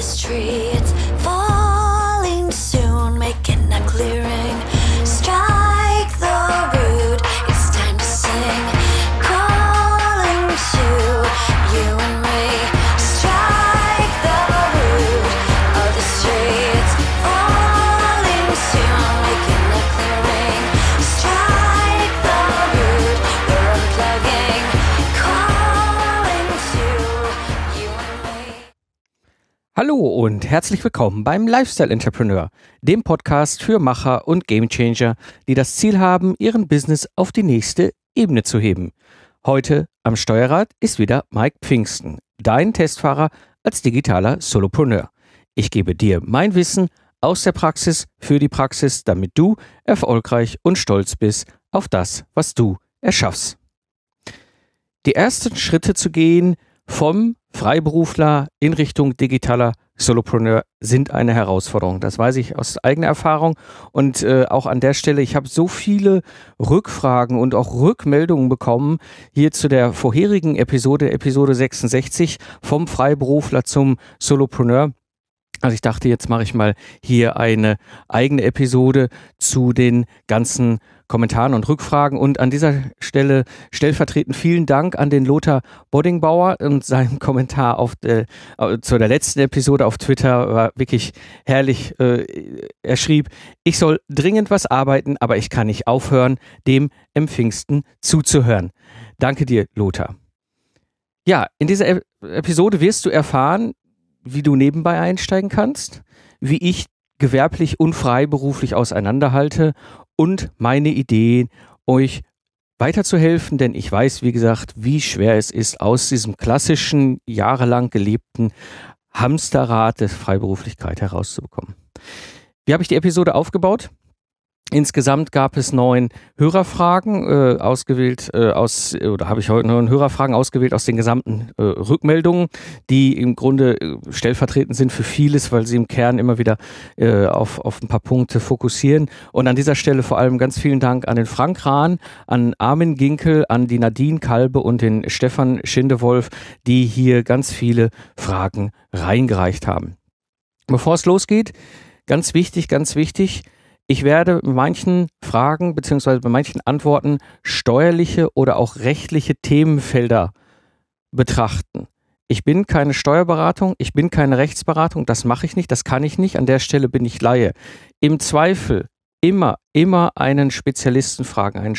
this tree. It's falling soon, making a clearing. Strike the root, it's time to sing. Calling to you and me. Strike the root of this tree. It's falling soon, making a clearing. Strike the root, we're unplugging. Calling to you and me. Hallo und herzlich willkommen beim Lifestyle Entrepreneur, dem Podcast für Macher und Gamechanger, die das Ziel haben, ihren Business auf die nächste Ebene zu heben. Heute am Steuerrad ist wieder Mike Pfingsten, dein Testfahrer als digitaler Solopreneur. Ich gebe dir mein Wissen aus der Praxis für die Praxis, damit du erfolgreich und stolz bist auf das, was du erschaffst. Die ersten Schritte zu gehen vom Freiberufler in Richtung digitaler Solopreneur sind eine Herausforderung. Das weiß ich aus eigener Erfahrung und auch an der Stelle, ich habe so viele Rückfragen und auch Rückmeldungen bekommen hier zu der vorherigen Episode 66 vom Freiberufler zum Solopreneur. Also ich dachte, jetzt mache ich mal hier eine eigene Episode zu den ganzen Kommentaren und Rückfragen und an dieser Stelle stellvertretend vielen Dank an den Lothar Boddingbauer und seinen Kommentar zu der letzten Episode auf Twitter war wirklich herrlich. Er schrieb, ich soll dringend was arbeiten, aber ich kann nicht aufhören, dem am Pfingsten zuzuhören. Danke dir, Lothar. Ja, in dieser Episode wirst du erfahren, wie du nebenbei einsteigen kannst, wie ich gewerblich und freiberuflich auseinanderhalte und meine Ideen, euch weiterzuhelfen, denn ich weiß, wie gesagt, wie schwer es ist, aus diesem klassischen, jahrelang gelebten Hamsterrad der Freiberuflichkeit herauszubekommen. Wie habe ich die Episode aufgebaut? Insgesamt gab es 9 Hörerfragen habe ich heute 9 Hörerfragen ausgewählt aus den gesamten Rückmeldungen, die im Grunde stellvertretend sind für vieles, weil sie im Kern immer wieder auf ein paar Punkte fokussieren. Und an dieser Stelle vor allem ganz vielen Dank an den Frank Rahn, an Armin Ginkel, an die Nadine Kalbe und den Stefan Schindewolf, die hier ganz viele Fragen reingereicht haben. Bevor es losgeht, ganz wichtig, ich werde bei manchen Fragen bzw. bei manchen Antworten steuerliche oder auch rechtliche Themenfelder betrachten. Ich bin keine Steuerberatung, ich bin keine Rechtsberatung, das mache ich nicht, das kann ich nicht, an der Stelle bin ich Laie. Im Zweifel immer einen Spezialisten fragen, einen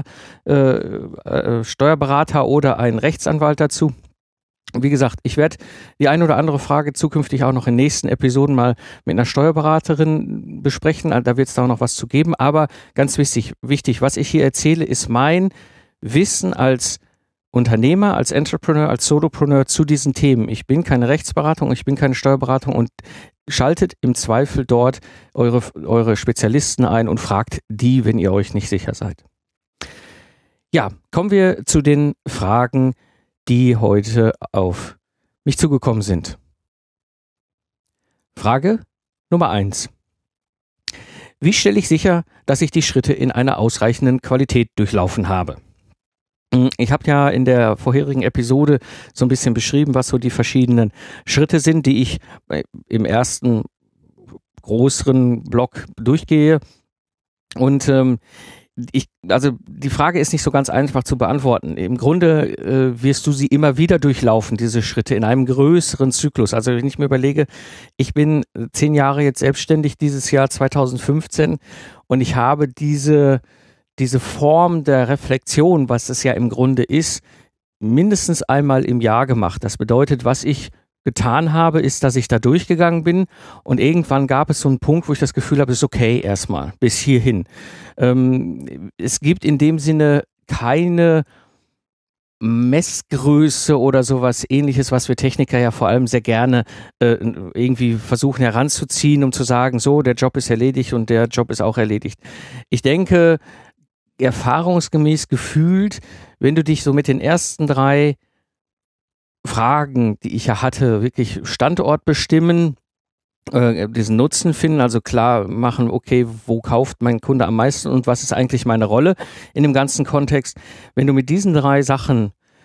Steuerberater oder einen Rechtsanwalt dazu. Wie gesagt, ich werde die eine oder andere Frage zukünftig auch noch in nächsten Episoden mal mit einer Steuerberaterin besprechen. Da wird es da auch noch was zu geben. Aber ganz wichtig, was ich hier erzähle, ist mein Wissen als Unternehmer, als Entrepreneur, als Solopreneur zu diesen Themen. Ich bin keine Rechtsberatung, ich bin keine Steuerberatung und schaltet im Zweifel dort eure Spezialisten ein und fragt die, wenn ihr euch nicht sicher seid. Ja, kommen wir zu den Fragen, die heute auf mich zugekommen sind. Frage Nummer 1. Wie stelle ich sicher, dass ich die Schritte in einer ausreichenden Qualität durchlaufen habe? Ich habe ja in der vorherigen Episode so ein bisschen beschrieben, was so die verschiedenen Schritte sind, die ich im größeren Block durchgehe. Und die Frage ist nicht so ganz einfach zu beantworten. Im Grunde wirst du sie immer wieder durchlaufen, diese Schritte, in einem größeren Zyklus. Also wenn ich mir überlege, ich bin 10 Jahre jetzt selbstständig, dieses Jahr 2015, und ich habe diese Form der Reflexion, was es ja im Grunde ist, mindestens einmal im Jahr gemacht. Das bedeutet, was ich getan habe, ist, dass ich da durchgegangen bin und irgendwann gab es so einen Punkt, wo ich das Gefühl habe, es ist okay erstmal, bis hierhin. Es gibt in dem Sinne keine Messgröße oder sowas Ähnliches, was wir Techniker ja vor allem sehr gerne irgendwie versuchen heranzuziehen, um zu sagen, so, der Job ist erledigt und der Job ist auch erledigt. Ich denke, erfahrungsgemäß gefühlt, wenn du dich so mit den ersten 3 Fragen, die ich ja hatte, wirklich Standort bestimmen, diesen Nutzen finden, also klar machen, okay, wo kauft mein Kunde am meisten und was ist eigentlich meine Rolle in dem ganzen Kontext. Wenn du mit diesen 3 Sachen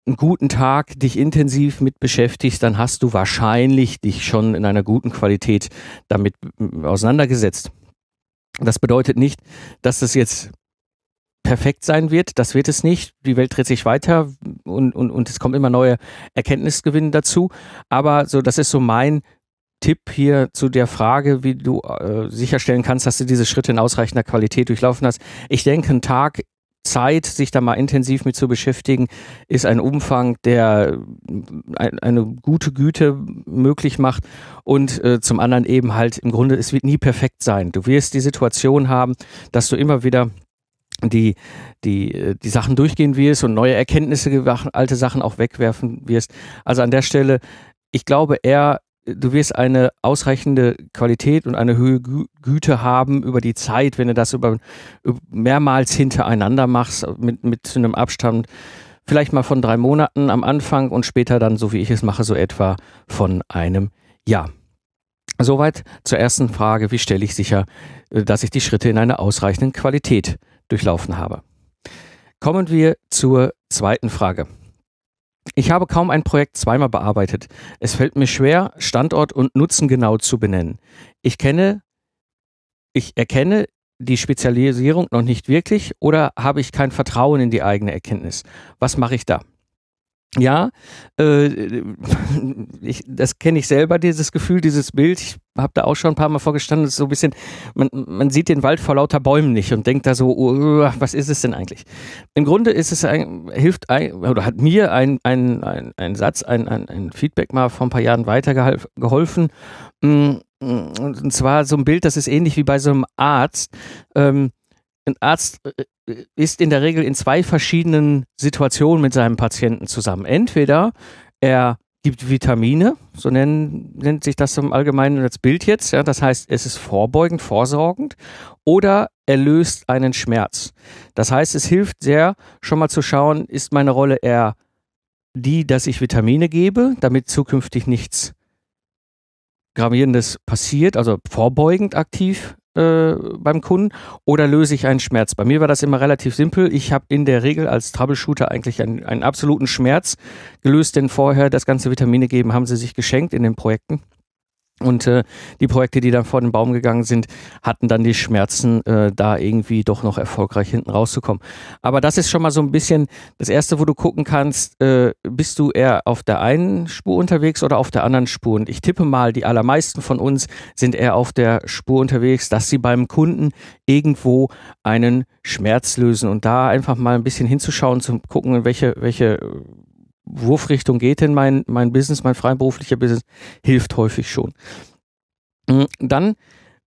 einen guten Tag dich intensiv mit beschäftigst, dann hast du wahrscheinlich dich schon in einer guten Qualität damit auseinandergesetzt. Das bedeutet nicht, dass es jetzt perfekt sein wird. Das wird es nicht. Die Welt dreht sich weiter und es kommen immer neue Erkenntnisgewinne dazu. Aber so, das ist so mein Tipp hier zu der Frage, wie du sicherstellen kannst, dass du diese Schritte in ausreichender Qualität durchlaufen hast. Ich denke, ein Tag Zeit, sich da mal intensiv mit zu beschäftigen, ist ein Umfang, der eine gute Güte möglich macht und zum anderen eben halt im Grunde, es wird nie perfekt sein. Du wirst die Situation haben, dass du immer wieder die Sachen durchgehen wirst und neue Erkenntnisse, alte Sachen auch wegwerfen wirst. Also an der Stelle, ich glaube eher, du wirst eine ausreichende Qualität und eine hohe Güte haben über die Zeit, wenn du das über mehrmals hintereinander machst, mit zu einem Abstand vielleicht mal von 3 Monaten am Anfang und später dann, so wie ich es mache, so etwa von einem Jahr. Soweit zur ersten Frage, wie stelle ich sicher, dass ich die Schritte in einer ausreichenden Qualität durchlaufen habe. Kommen wir zur zweiten Frage. Ich habe kaum ein Projekt zweimal bearbeitet. Es fällt mir schwer, Standort und Nutzen genau zu benennen. Ich erkenne die Spezialisierung noch nicht wirklich oder habe ich kein Vertrauen in die eigene Erkenntnis? Was mache ich da? Ja, das kenne ich selber, dieses Gefühl, dieses Bild. Ich habe da auch schon ein paar Mal vorgestanden, das ist so ein bisschen, man sieht den Wald vor lauter Bäumen nicht und denkt da so, was ist es denn eigentlich? Im Grunde ist es hat mir ein Satz, ein Feedback mal vor ein paar Jahren weitergeholfen. Und zwar so ein Bild, das ist ähnlich wie bei so einem Arzt. Ein Arzt ist in der Regel in 2 verschiedenen Situationen mit seinem Patienten zusammen. Entweder er gibt Vitamine, so nennt sich das im Allgemeinen als Bild jetzt, ja, das heißt, es ist vorbeugend, vorsorgend, oder er löst einen Schmerz. Das heißt, es hilft sehr, schon mal zu schauen, ist meine Rolle eher die, dass ich Vitamine gebe, damit zukünftig nichts Gravierendes passiert, also vorbeugend aktiv beim Kunden, oder löse ich einen Schmerz? Bei mir war das immer relativ simpel. Ich habe in der Regel als Troubleshooter eigentlich einen absoluten Schmerz gelöst, denn vorher das ganze Vitamine geben haben sie sich geschenkt in den Projekten. Und die Projekte, die dann vor den Baum gegangen sind, hatten dann die Schmerzen, da irgendwie doch noch erfolgreich hinten rauszukommen. Aber das ist schon mal so ein bisschen das Erste, wo du gucken kannst, bist du eher auf der einen Spur unterwegs oder auf der anderen Spur? Und ich tippe mal, die allermeisten von uns sind eher auf der Spur unterwegs, dass sie beim Kunden irgendwo einen Schmerz lösen. Und da einfach mal ein bisschen hinzuschauen, zu gucken, in welche Wurfrichtung geht denn mein Business, mein freiberuflicher Business, hilft häufig schon. Dann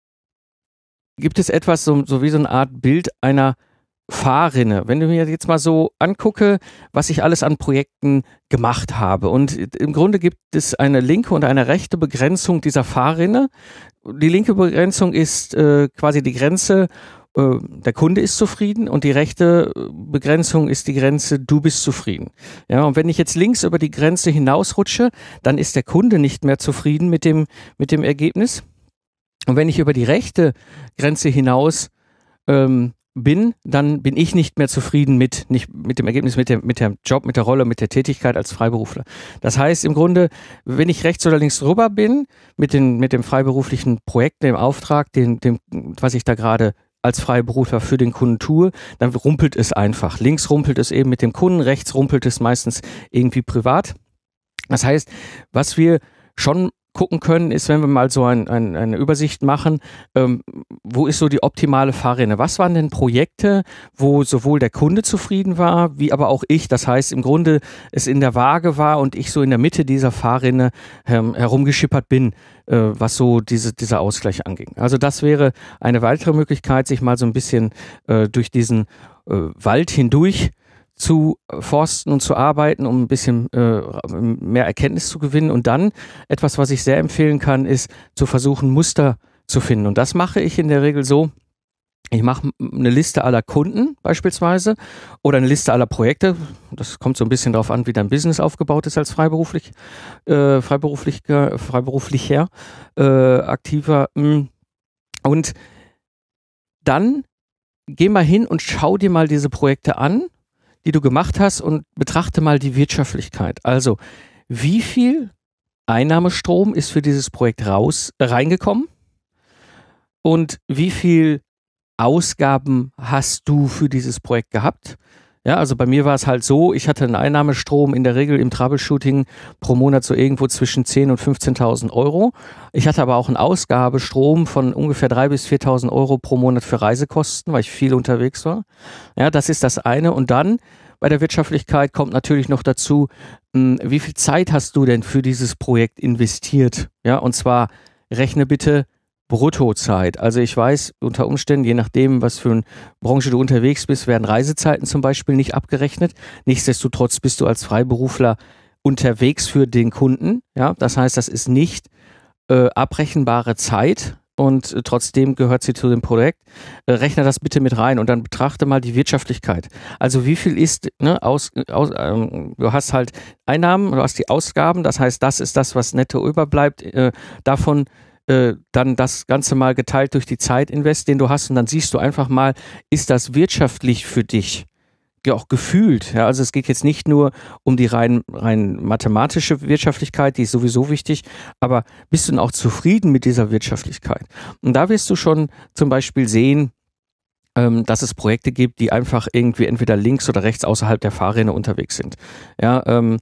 gibt es etwas so wie so eine Art Bild einer Fahrrinne. Wenn du mir jetzt mal so angucke, was ich alles an Projekten gemacht habe. Und im Grunde gibt es eine linke und eine rechte Begrenzung dieser Fahrrinne. Die linke Begrenzung ist quasi die Grenze, der Kunde ist zufrieden, und die rechte Begrenzung ist die Grenze, du bist zufrieden. Ja, und wenn ich jetzt links über die Grenze hinausrutsche, dann ist der Kunde nicht mehr zufrieden mit dem Ergebnis. Und wenn ich über die rechte Grenze hinaus bin, dann bin ich nicht mehr zufrieden mit dem Ergebnis, mit dem Job, mit der Rolle, mit der Tätigkeit als Freiberufler. Das heißt im Grunde, wenn ich rechts oder links drüber bin mit dem freiberuflichen Projekt, dem Auftrag, was ich da gerade als Freiberufler für den Kunden tue, dann rumpelt es einfach. Links rumpelt es eben mit dem Kunden, rechts rumpelt es meistens irgendwie privat. Das heißt, was wir schon gucken können, ist, wenn wir mal so eine Übersicht machen, wo ist so die optimale Fahrrinne? Was waren denn Projekte, wo sowohl der Kunde zufrieden war, wie aber auch ich? Das heißt, im Grunde es in der Waage war und ich so in der Mitte dieser Fahrrinne herumgeschippert bin, was so dieser Ausgleich anging. Also das wäre eine weitere Möglichkeit, sich mal so ein bisschen durch diesen Wald hindurch zu forsten und zu arbeiten, um ein bisschen mehr Erkenntnis zu gewinnen. Und dann etwas, was ich sehr empfehlen kann, ist zu versuchen, Muster zu finden. Und das mache ich in der Regel so: Ich mache eine Liste aller Kunden beispielsweise oder eine Liste aller Projekte. Das kommt so ein bisschen darauf an, wie dein Business aufgebaut ist als freiberuflicher aktiver. Und dann geh mal hin und schau dir mal diese Projekte an, die du gemacht hast und betrachte mal die Wirtschaftlichkeit. Also, wie viel Einnahmestrom ist für dieses Projekt reingekommen und wie viel Ausgaben hast du für dieses Projekt gehabt? Ja, also bei mir war es halt so, ich hatte einen Einnahmestrom in der Regel im Troubleshooting pro Monat so irgendwo zwischen 10.000 und 15.000 Euro. Ich hatte aber auch einen Ausgabestrom von ungefähr 3.000 bis 4.000 Euro pro Monat für Reisekosten, weil ich viel unterwegs war. Ja, das ist das eine. Und dann bei der Wirtschaftlichkeit kommt natürlich noch dazu, wie viel Zeit hast du denn für dieses Projekt investiert? Ja, und zwar rechne bitte Bruttozeit. Also ich weiß, unter Umständen, je nachdem, was für eine Branche du unterwegs bist, werden Reisezeiten zum Beispiel nicht abgerechnet. Nichtsdestotrotz bist du als Freiberufler unterwegs für den Kunden. Ja, das heißt, das ist nicht abrechenbare Zeit und trotzdem gehört sie zu dem Projekt. Rechne das bitte mit rein und dann betrachte mal die Wirtschaftlichkeit. Also wie viel ist, du hast halt Einnahmen, du hast die Ausgaben, das heißt, das ist das, was netto überbleibt. Davon dann das Ganze mal geteilt durch die Zeitinvest, den du hast und dann siehst du einfach mal, ist das wirtschaftlich für dich? Ja, auch gefühlt. Ja, also es geht jetzt nicht nur um die rein mathematische Wirtschaftlichkeit, die ist sowieso wichtig, aber bist du denn auch zufrieden mit dieser Wirtschaftlichkeit? Und da wirst du schon zum Beispiel sehen, dass es Projekte gibt, die einfach irgendwie entweder links oder rechts außerhalb der Fahrrinne unterwegs sind. Ja,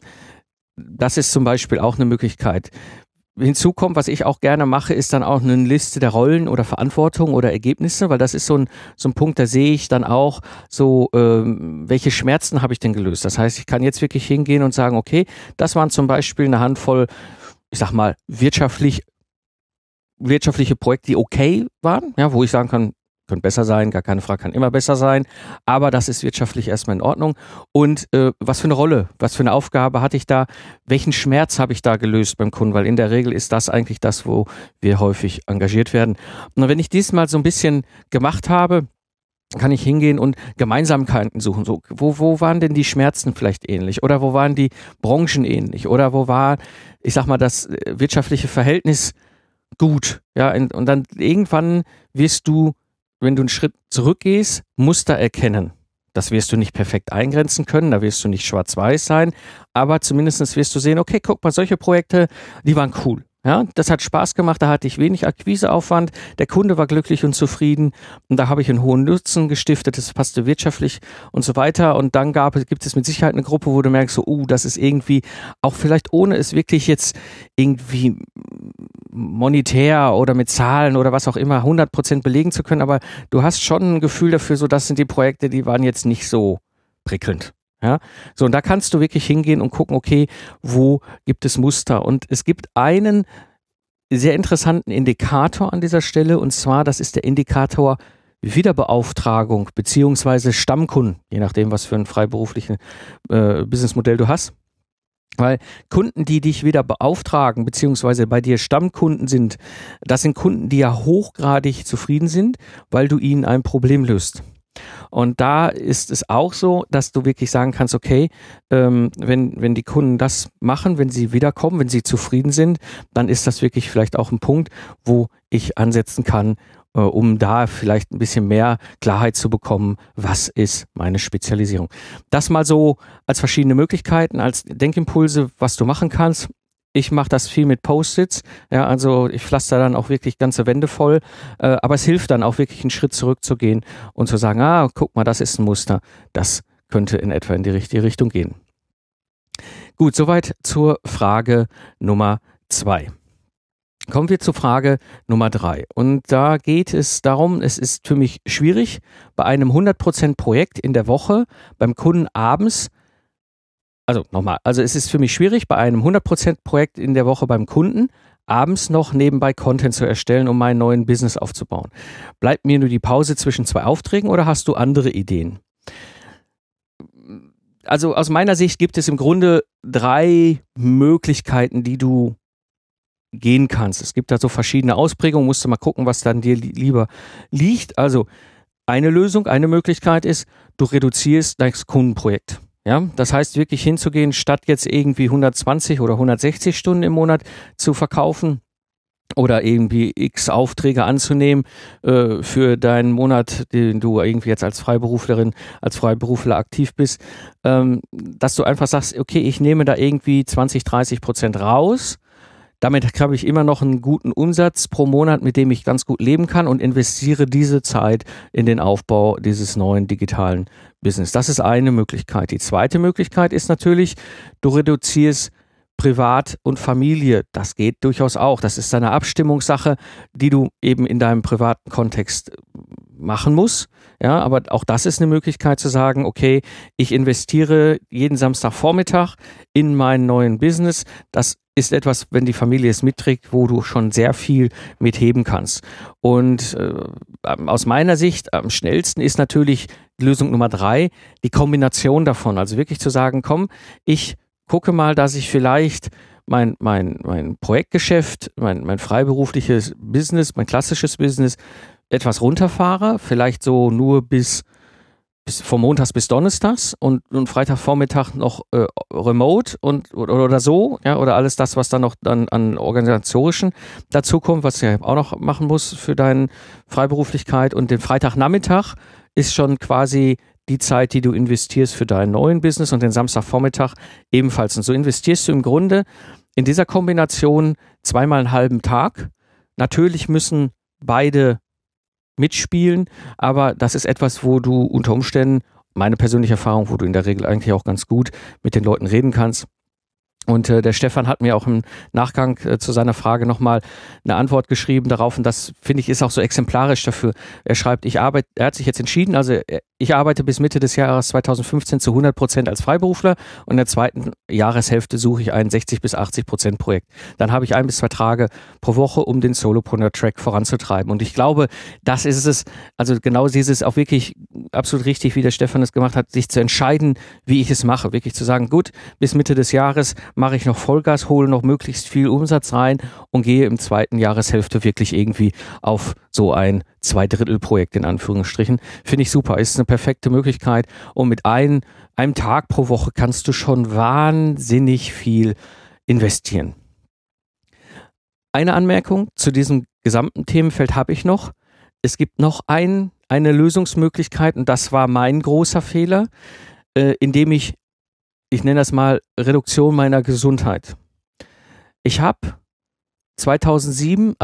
das ist zum Beispiel auch eine Möglichkeit. Hinzu kommt, was ich auch gerne mache, ist dann auch eine Liste der Rollen oder Verantwortung oder Ergebnisse, weil das ist so ein Punkt, da sehe ich dann auch so, welche Schmerzen habe ich denn gelöst. Das heißt, ich kann jetzt wirklich hingehen und sagen, okay, das waren zum Beispiel eine Handvoll, ich sag mal, wirtschaftliche Projekte, die okay waren, ja, wo ich sagen kann, könnte besser sein, gar keine Frage, kann immer besser sein, aber das ist wirtschaftlich erstmal in Ordnung. Und was für eine Rolle, was für eine Aufgabe hatte ich da, welchen Schmerz habe ich da gelöst beim Kunden, weil in der Regel ist das eigentlich das, wo wir häufig engagiert werden. Und wenn ich diesmal so ein bisschen gemacht habe, kann ich hingehen und Gemeinsamkeiten suchen. So, wo waren denn die Schmerzen vielleicht ähnlich? Oder wo waren die Branchen ähnlich? Oder wo war, ich sag mal, das wirtschaftliche Verhältnis gut? Ja, und dann irgendwann wirst du, wenn du einen Schritt zurückgehst, Muster erkennen. Das wirst du nicht perfekt eingrenzen können, da wirst du nicht schwarz-weiß sein, aber zumindest wirst du sehen, okay, guck mal, solche Projekte, die waren cool. Ja, das hat Spaß gemacht, da hatte ich wenig Akquiseaufwand, der Kunde war glücklich und zufrieden und da habe ich einen hohen Nutzen gestiftet, das passte wirtschaftlich und so weiter und dann gibt es mit Sicherheit eine Gruppe, wo du merkst, so, das ist irgendwie, auch vielleicht ohne es wirklich jetzt irgendwie monetär oder mit Zahlen oder was auch immer 100% belegen zu können, aber du hast schon ein Gefühl dafür, so das sind die Projekte, die waren jetzt nicht so prickelnd. Ja, so und da kannst du wirklich hingehen und gucken, okay, wo gibt es Muster? Und es gibt einen sehr interessanten Indikator an dieser Stelle und zwar, das ist der Indikator Wiederbeauftragung beziehungsweise Stammkunden, je nachdem, was für ein freiberufliches Businessmodell du hast. Weil Kunden, die dich wieder beauftragen, beziehungsweise bei dir Stammkunden sind, das sind Kunden, die ja hochgradig zufrieden sind, weil du ihnen ein Problem löst. Und da ist es auch so, dass du wirklich sagen kannst, okay, wenn die Kunden das machen, wenn sie wiederkommen, wenn sie zufrieden sind, dann ist das wirklich vielleicht auch ein Punkt, wo ich ansetzen kann, um da vielleicht ein bisschen mehr Klarheit zu bekommen, was ist meine Spezialisierung. Das mal so als verschiedene Möglichkeiten, als Denkimpulse, was du machen kannst. Ich mache das viel mit Post-its, ja, also ich pflaster dann auch wirklich ganze Wände voll, aber es hilft dann auch wirklich einen Schritt zurückzugehen und zu sagen, guck mal, das ist ein Muster, das könnte in etwa in die richtige Richtung gehen. Gut, soweit zur Frage Nummer 2. Kommen wir zur Frage Nummer 3 und da geht es darum, es ist für mich schwierig, bei einem 100% Projekt in der Woche beim Kunden abends. Also es ist für mich schwierig, bei einem 100% Projekt in der Woche beim Kunden abends noch nebenbei Content zu erstellen, um meinen neuen Business aufzubauen. Bleibt mir nur die Pause zwischen 2 Aufträgen oder hast du andere Ideen? Also aus meiner Sicht gibt es im Grunde 3 Möglichkeiten, die du gehen kannst. Es gibt da so verschiedene Ausprägungen, musst du mal gucken, was dann dir lieber liegt. Also eine Lösung, eine Möglichkeit ist, du reduzierst dein Kundenprojekt. Ja, das heißt wirklich hinzugehen, statt jetzt irgendwie 120 oder 160 Stunden im Monat zu verkaufen, oder irgendwie x Aufträge anzunehmen für deinen Monat, den du irgendwie jetzt als Freiberuflerin, als Freiberufler aktiv bist, dass du einfach sagst, okay, ich nehme da irgendwie 20-30% raus. Damit habe ich immer noch einen guten Umsatz pro Monat, mit dem ich ganz gut leben kann und investiere diese Zeit in den Aufbau dieses neuen digitalen Business. Das ist eine Möglichkeit. Die zweite Möglichkeit ist natürlich, du reduzierst Privat und Familie. Das geht durchaus auch. Das ist eine Abstimmungssache, die du eben in deinem privaten Kontext machen musst. Ja, aber auch das ist eine Möglichkeit zu sagen, okay, ich investiere jeden Samstagvormittag in meinen neuen Business. Das ist etwas, wenn die Familie es mitträgt, wo du schon sehr viel mitheben kannst. Und aus meiner Sicht am schnellsten ist natürlich Lösung Nummer 3, die Kombination davon. Also wirklich zu sagen, komm, ich gucke mal, dass ich vielleicht mein Projektgeschäft, mein freiberufliches Business, mein klassisches Business etwas runterfahre, vielleicht so nur bis von Montags bis Donnerstags und Freitagvormittag noch remote oder so, ja, oder alles das, was dann noch dann an organisatorischen dazukommt, was du ja auch noch machen musst für deine Freiberuflichkeit, und den Freitagnachmittag ist schon quasi die Zeit, die du investierst für deinen neuen Business, und den Samstagvormittag ebenfalls. Und so investierst du im Grunde in dieser Kombination zweimal einen halben Tag. Natürlich müssen beide mitspielen, aber das ist etwas, wo du unter Umständen, meine persönliche Erfahrung, wo du in der Regel eigentlich auch ganz gut mit den Leuten reden kannst. Und der Stefan hat mir auch im Nachgang zu seiner Frage nochmal eine Antwort geschrieben darauf, und das finde ich ist auch so exemplarisch dafür. Er schreibt, er hat sich jetzt entschieden, also ich arbeite bis Mitte des Jahres 2015 zu 100% als Freiberufler, und in der zweiten Jahreshälfte suche ich ein 60-80% Projekt. Dann habe ich 1 bis 2 Tage pro Woche, um den Solopreneur-Track voranzutreiben. Und ich glaube, das ist es, also genau dieses auch wirklich absolut richtig, wie der Stefan es gemacht hat, sich zu entscheiden, wie ich es mache. Wirklich zu sagen, gut, bis Mitte des Jahres mache ich noch Vollgas, hole noch möglichst viel Umsatz rein und gehe im zweiten Jahreshälfte wirklich irgendwie auf so ein 2/3-Projekt in Anführungsstrichen. Finde ich super. Ist eine perfekte Möglichkeit, und mit einem Tag pro Woche kannst du schon wahnsinnig viel investieren. Eine Anmerkung zu diesem gesamten Themenfeld habe ich noch. Es gibt noch eine Lösungsmöglichkeit, und das war mein großer Fehler, indem ich nenne das mal Reduktion meiner Gesundheit. Ich habe 2007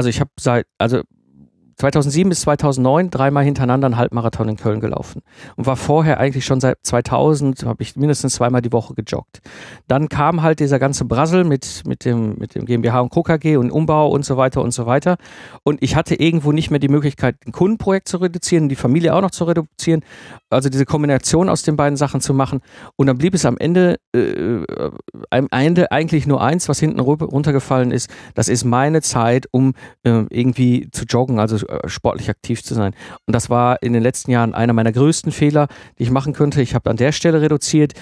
bis 2009 dreimal hintereinander einen Halbmarathon in Köln gelaufen und war vorher eigentlich schon seit 2000, habe ich mindestens 2-mal die Woche gejoggt. Dann kam halt dieser ganze Brassel mit dem GmbH und Co. KG und Umbau und so weiter und so weiter, und ich hatte irgendwo nicht mehr die Möglichkeit, ein Kundenprojekt zu reduzieren, die Familie auch noch zu reduzieren, also diese Kombination aus den beiden Sachen zu machen, und dann blieb es am Ende eigentlich nur eins, was hinten runtergefallen ist, das ist meine Zeit, um irgendwie zu joggen, also sportlich aktiv zu sein. Und das war in den letzten Jahren einer meiner größten Fehler, die ich machen könnte. Ich habe an der Stelle reduziert,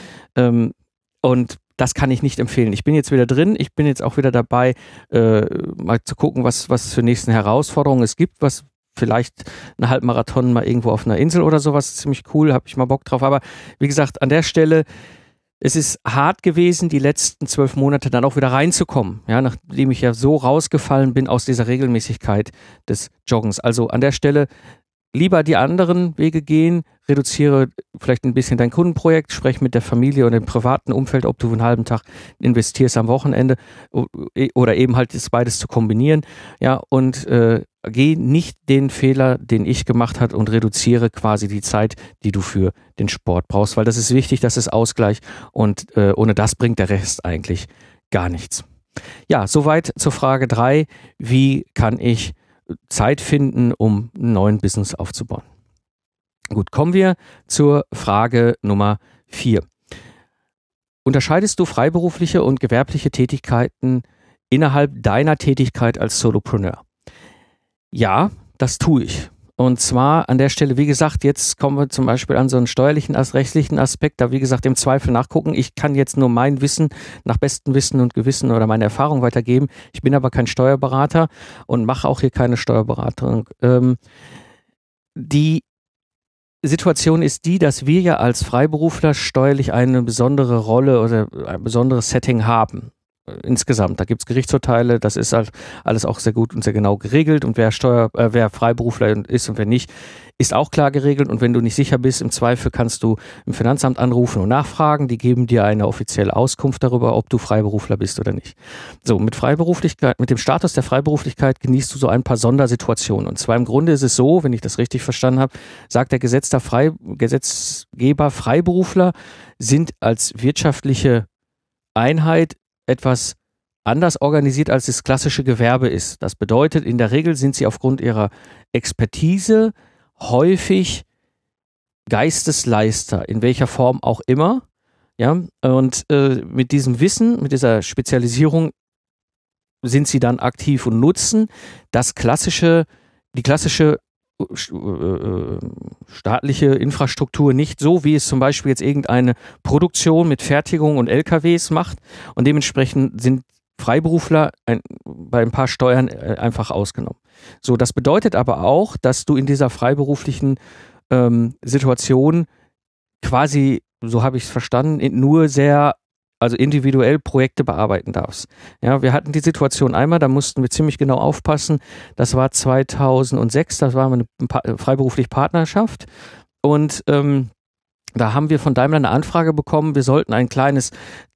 und das kann ich nicht empfehlen. Ich bin jetzt wieder drin, ich bin jetzt auch wieder dabei, mal zu gucken, was für nächsten Herausforderungen es gibt, was vielleicht einen Halbmarathon mal irgendwo auf einer Insel oder sowas, ziemlich cool, habe ich mal Bock drauf. Aber wie gesagt, an der Stelle, es ist hart gewesen, die letzten 12 Monate dann auch wieder reinzukommen, ja, nachdem ich ja so rausgefallen bin aus dieser Regelmäßigkeit des Joggens. Also an der Stelle lieber die anderen Wege gehen, reduziere vielleicht ein bisschen dein Kundenprojekt, sprech mit der Familie und dem privaten Umfeld, ob du einen halben Tag investierst am Wochenende oder eben halt das beides zu kombinieren, ja, und geh nicht den Fehler, den ich gemacht habe, und reduziere quasi die Zeit, die du für den Sport brauchst, weil das ist wichtig, das ist Ausgleich, und ohne das bringt der Rest eigentlich gar nichts. Ja, soweit zur Frage 3, wie kann ich Zeit finden, um einen neuen Business aufzubauen? Gut, kommen wir zur Frage Nummer 4. Unterscheidest du freiberufliche und gewerbliche Tätigkeiten innerhalb deiner Tätigkeit als Solopreneur? Ja, das tue ich. Und zwar an der Stelle, wie gesagt, jetzt kommen wir zum Beispiel an so einen steuerlichen, rechtlichen Aspekt, da wie gesagt im Zweifel nachgucken. Ich kann jetzt nur mein Wissen nach bestem Wissen und Gewissen oder meine Erfahrung weitergeben. Ich bin aber kein Steuerberater und mache auch hier keine Steuerberatung. Die Situation ist die, dass wir ja als Freiberufler steuerlich eine besondere Rolle oder ein besonderes Setting haben. insgesamt. Da gibt es Gerichtsurteile, das ist halt alles auch sehr gut und sehr genau geregelt und wer Freiberufler ist und wer nicht, ist auch klar geregelt und wenn du nicht sicher bist, im Zweifel kannst du im Finanzamt anrufen und nachfragen, die geben dir eine offizielle Auskunft darüber, ob du Freiberufler bist oder nicht. So, mit Freiberuflichkeit, mit dem Status der Freiberuflichkeit genießt du so ein paar Sondersituationen und zwar im Grunde ist es so, wenn ich das richtig verstanden habe, sagt der Gesetzgeber, Freiberufler sind als wirtschaftliche Einheit etwas anders organisiert, als das klassische Gewerbe ist. Das bedeutet, in der Regel sind sie aufgrund ihrer Expertise häufig Geistesleister, in welcher Form auch immer. Ja, und mit diesem Wissen, mit dieser Spezialisierung sind sie dann aktiv und nutzen die klassische staatliche Infrastruktur nicht so, wie es zum Beispiel jetzt irgendeine Produktion mit Fertigung und LKWs macht und dementsprechend sind Freiberufler bei ein paar Steuern einfach ausgenommen. So, das bedeutet aber auch, dass du in dieser freiberuflichen Situation quasi, so habe ich es verstanden, nur also individuell Projekte bearbeiten darfst. Ja, wir hatten die Situation einmal, da mussten wir ziemlich genau aufpassen. Das war 2006, das war eine freiberufliche Partnerschaft und da haben wir von Daimler eine Anfrage bekommen, wir sollten ein kleines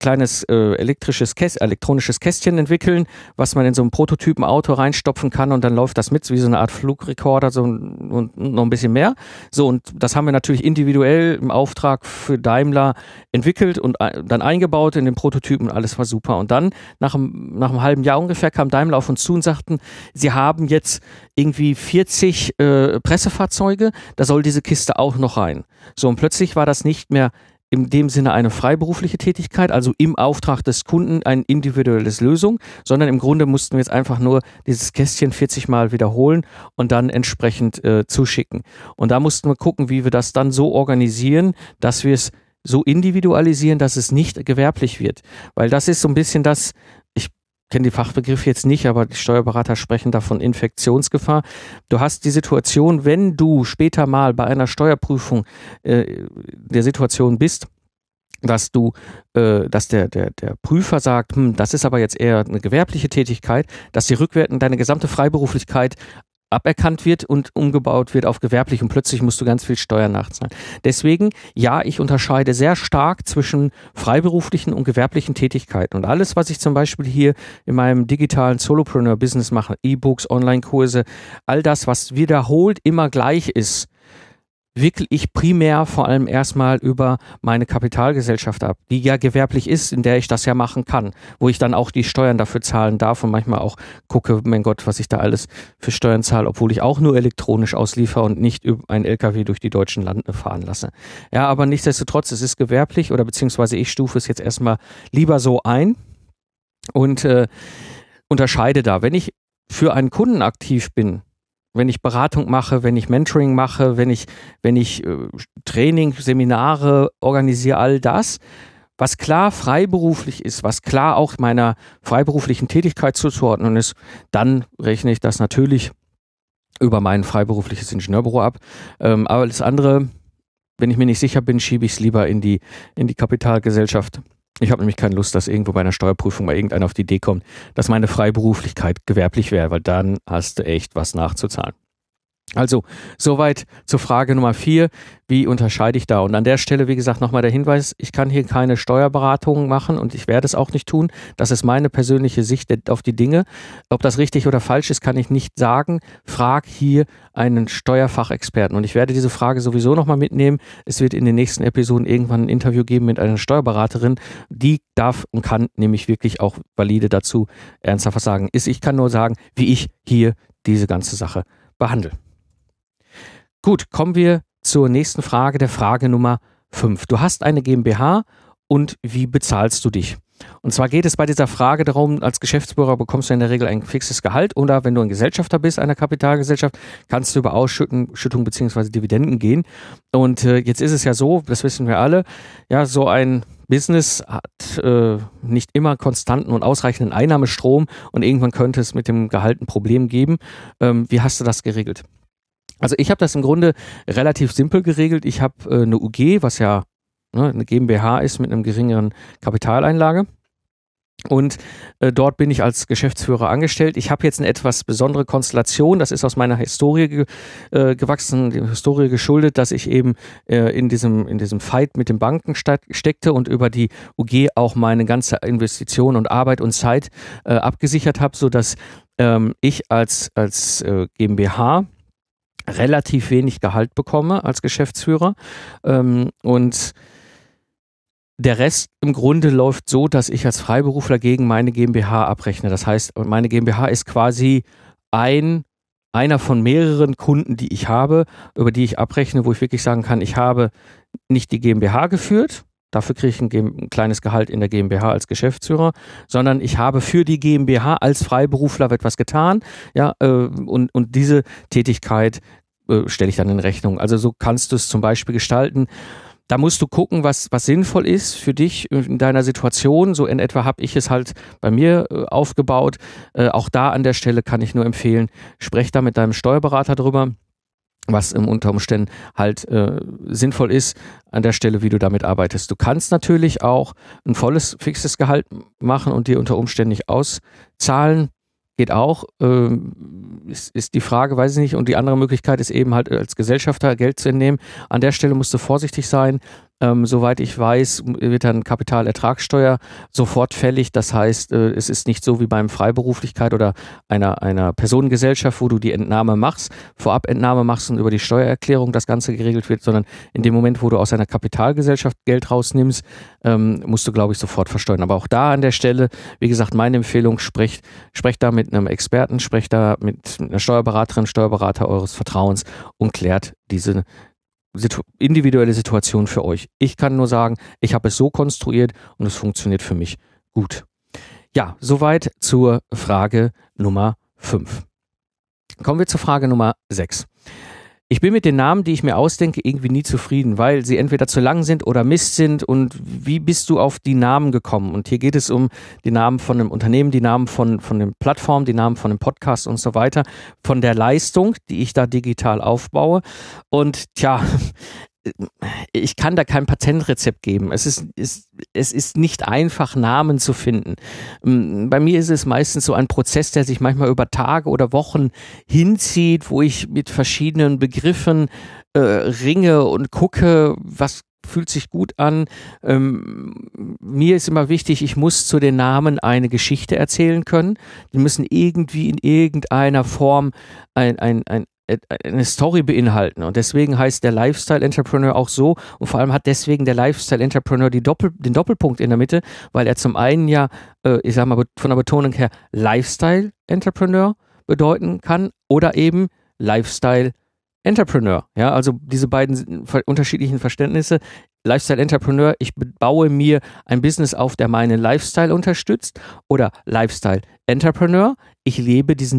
elektronisches Kästchen entwickeln, was man in so ein Prototypen-Auto reinstopfen kann und dann läuft das mit, wie so eine Art Flugrekorder und noch ein bisschen mehr. So, und das haben wir natürlich individuell im Auftrag für Daimler entwickelt und dann eingebaut in den Prototypen und alles war super. Und dann, nach einem halben Jahr ungefähr, kam Daimler auf uns zu und sagten, sie haben jetzt irgendwie 40 Pressefahrzeuge, da soll diese Kiste auch noch rein. So, und plötzlich war das nicht mehr in dem Sinne eine freiberufliche Tätigkeit, also im Auftrag des Kunden eine individuelle Lösung, sondern im Grunde mussten wir jetzt einfach nur dieses Kästchen 40 Mal wiederholen und dann entsprechend zuschicken. Und da mussten wir gucken, wie wir das dann so organisieren, dass wir es so individualisieren, dass es nicht gewerblich wird. Weil das ist so ein bisschen das, ich kenne die Fachbegriffe jetzt nicht, aber die Steuerberater sprechen da von Infektionsgefahr. Du hast die Situation, wenn du später mal bei einer Steuerprüfung der Situation bist, dass der Prüfer sagt, das ist aber jetzt eher eine gewerbliche Tätigkeit, dass dir rückwärts deine gesamte Freiberuflichkeit aberkannt wird und umgebaut wird auf gewerblich und plötzlich musst du ganz viel Steuern nachzahlen. Deswegen, ja, ich unterscheide sehr stark zwischen freiberuflichen und gewerblichen Tätigkeiten. Und alles, was ich zum Beispiel hier in meinem digitalen Solopreneur-Business mache, E-Books, Online-Kurse, all das, was wiederholt immer gleich ist, wickle ich primär vor allem erstmal über meine Kapitalgesellschaft ab, die ja gewerblich ist, in der ich das ja machen kann, wo ich dann auch die Steuern dafür zahlen darf und manchmal auch gucke, mein Gott, was ich da alles für Steuern zahle, obwohl ich auch nur elektronisch ausliefer und nicht einen LKW durch die deutschen Lande fahren lasse. Ja, aber nichtsdestotrotz, es ist gewerblich oder beziehungsweise ich stufe es jetzt erstmal lieber so ein und unterscheide da. Wenn ich für einen Kunden aktiv bin, wenn ich Beratung mache, wenn ich Mentoring mache, wenn ich Training, Seminare organisiere, all das, was klar freiberuflich ist, was klar auch meiner freiberuflichen Tätigkeit zuzuordnen ist, dann rechne ich das natürlich über mein freiberufliches Ingenieurbüro ab. Aber alles andere, wenn ich mir nicht sicher bin, schiebe ich es lieber in die Kapitalgesellschaft. Ich habe nämlich keine Lust, dass irgendwo bei einer Steuerprüfung mal irgendeiner auf die Idee kommt, dass meine Freiberuflichkeit gewerblich wäre, weil dann hast du echt was nachzuzahlen. Also, soweit zur Frage Nummer 4. Wie unterscheide ich da? Und an der Stelle, wie gesagt, nochmal der Hinweis, ich kann hier keine Steuerberatung machen und ich werde es auch nicht tun. Das ist meine persönliche Sicht auf die Dinge. Ob das richtig oder falsch ist, kann ich nicht sagen. Frag hier einen Steuerfachexperten. Und ich werde diese Frage sowieso nochmal mitnehmen. Es wird in den nächsten Episoden irgendwann ein Interview geben mit einer Steuerberaterin. Die darf und kann nämlich wirklich auch valide dazu ernsthaft was sagen. Ich kann nur sagen, wie ich hier diese ganze Sache behandle. Gut, kommen wir zur nächsten Frage, der Frage Nummer 5. Du hast eine GmbH und wie bezahlst du dich? Und zwar geht es bei dieser Frage darum, als Geschäftsführer bekommst du in der Regel ein fixes Gehalt oder wenn du ein Gesellschafter bist einer Kapitalgesellschaft, kannst du über Ausschüttung bzw. Dividenden gehen. Und jetzt ist es ja so, das wissen wir alle, ja, so ein Business hat nicht immer konstanten und ausreichenden Einnahmestrom und irgendwann könnte es mit dem Gehalt ein Problem geben. Wie hast du das geregelt? Also ich habe das im Grunde relativ simpel geregelt. Ich habe eine UG, was ja eine GmbH ist mit einem geringeren Kapitaleinlage. Und dort bin ich als Geschäftsführer angestellt. Ich habe jetzt eine etwas besondere Konstellation. Das ist aus meiner Historie gewachsen, der Historie geschuldet, dass ich eben in diesem Fight mit den Banken steckte und über die UG auch meine ganze Investition und Arbeit und Zeit abgesichert habe, sodass ich als GmbH relativ wenig Gehalt bekomme als Geschäftsführer. Und der Rest im Grunde läuft so, dass ich als Freiberufler gegen meine GmbH abrechne. Das heißt, meine GmbH ist quasi einer von mehreren Kunden, die ich habe, über die ich abrechne, wo ich wirklich sagen kann, ich habe nicht die GmbH geführt, dafür kriege ich ein kleines Gehalt in der GmbH als Geschäftsführer, sondern ich habe für die GmbH als Freiberufler etwas getan, ja, und diese Tätigkeit stelle ich dann in Rechnung. Also so kannst du es zum Beispiel gestalten. Da musst du gucken, was sinnvoll ist für dich in deiner Situation. So in etwa habe ich es halt bei mir aufgebaut. Auch da an der Stelle kann ich nur empfehlen, sprech da mit deinem Steuerberater drüber, was unter Umständen halt sinnvoll ist an der Stelle, wie du damit arbeitest. Du kannst natürlich auch ein volles, fixes Gehalt machen und dir unter Umständen nicht auszahlen. Geht auch, ist die Frage, weiß ich nicht. Und die andere Möglichkeit ist eben halt als Gesellschafter Geld zu entnehmen. An der Stelle musst du vorsichtig sein. Soweit ich weiß, wird dann Kapitalertragssteuer sofort fällig. Das heißt, es ist nicht so wie beim Freiberuflichkeit oder einer Personengesellschaft, wo du die Entnahme machst, Vorabentnahme machst und über die Steuererklärung das Ganze geregelt wird, sondern in dem Moment, wo du aus einer Kapitalgesellschaft Geld rausnimmst, musst du, glaube ich, sofort versteuern. Aber auch da an der Stelle, wie gesagt, meine Empfehlung, sprecht da mit einem Experten, sprecht da mit einer Steuerberaterin, Steuerberater eures Vertrauens und klärt diese individuelle Situation für euch. Ich kann nur sagen, ich habe es so konstruiert und es funktioniert für mich gut. Ja, soweit zur Frage Nummer 5. Kommen wir zur Frage Nummer 6. Ich bin mit den Namen, die ich mir ausdenke, irgendwie nie zufrieden, weil sie entweder zu lang sind oder Mist sind. Und wie bist du auf die Namen gekommen? Und hier geht es um die Namen von einem Unternehmen, die Namen von den Plattformen, die Namen von dem Podcast und so weiter, von der Leistung, die ich da digital aufbaue. Und tja, ich kann da kein Patentrezept geben. Es ist nicht einfach, Namen zu finden. Bei mir ist es meistens so ein Prozess, der sich manchmal über Tage oder Wochen hinzieht, wo ich mit verschiedenen Begriffen ringe und gucke, was fühlt sich gut an. Mir ist immer wichtig, ich muss zu den Namen eine Geschichte erzählen können. Die müssen irgendwie in irgendeiner Form eine Story beinhalten, und deswegen heißt der Lifestyle Entrepreneur auch so, und vor allem hat deswegen der Lifestyle Entrepreneur den Doppelpunkt in der Mitte, weil er zum einen ja, ich sag mal von der Betonung her, Lifestyle Entrepreneur bedeuten kann oder eben Lifestyle Entrepreneur, ja, also diese beiden unterschiedlichen Verständnisse. Lifestyle Entrepreneur, ich baue mir ein Business auf, der meinen Lifestyle unterstützt, oder Lifestyle Entrepreneur, ich lebe diesen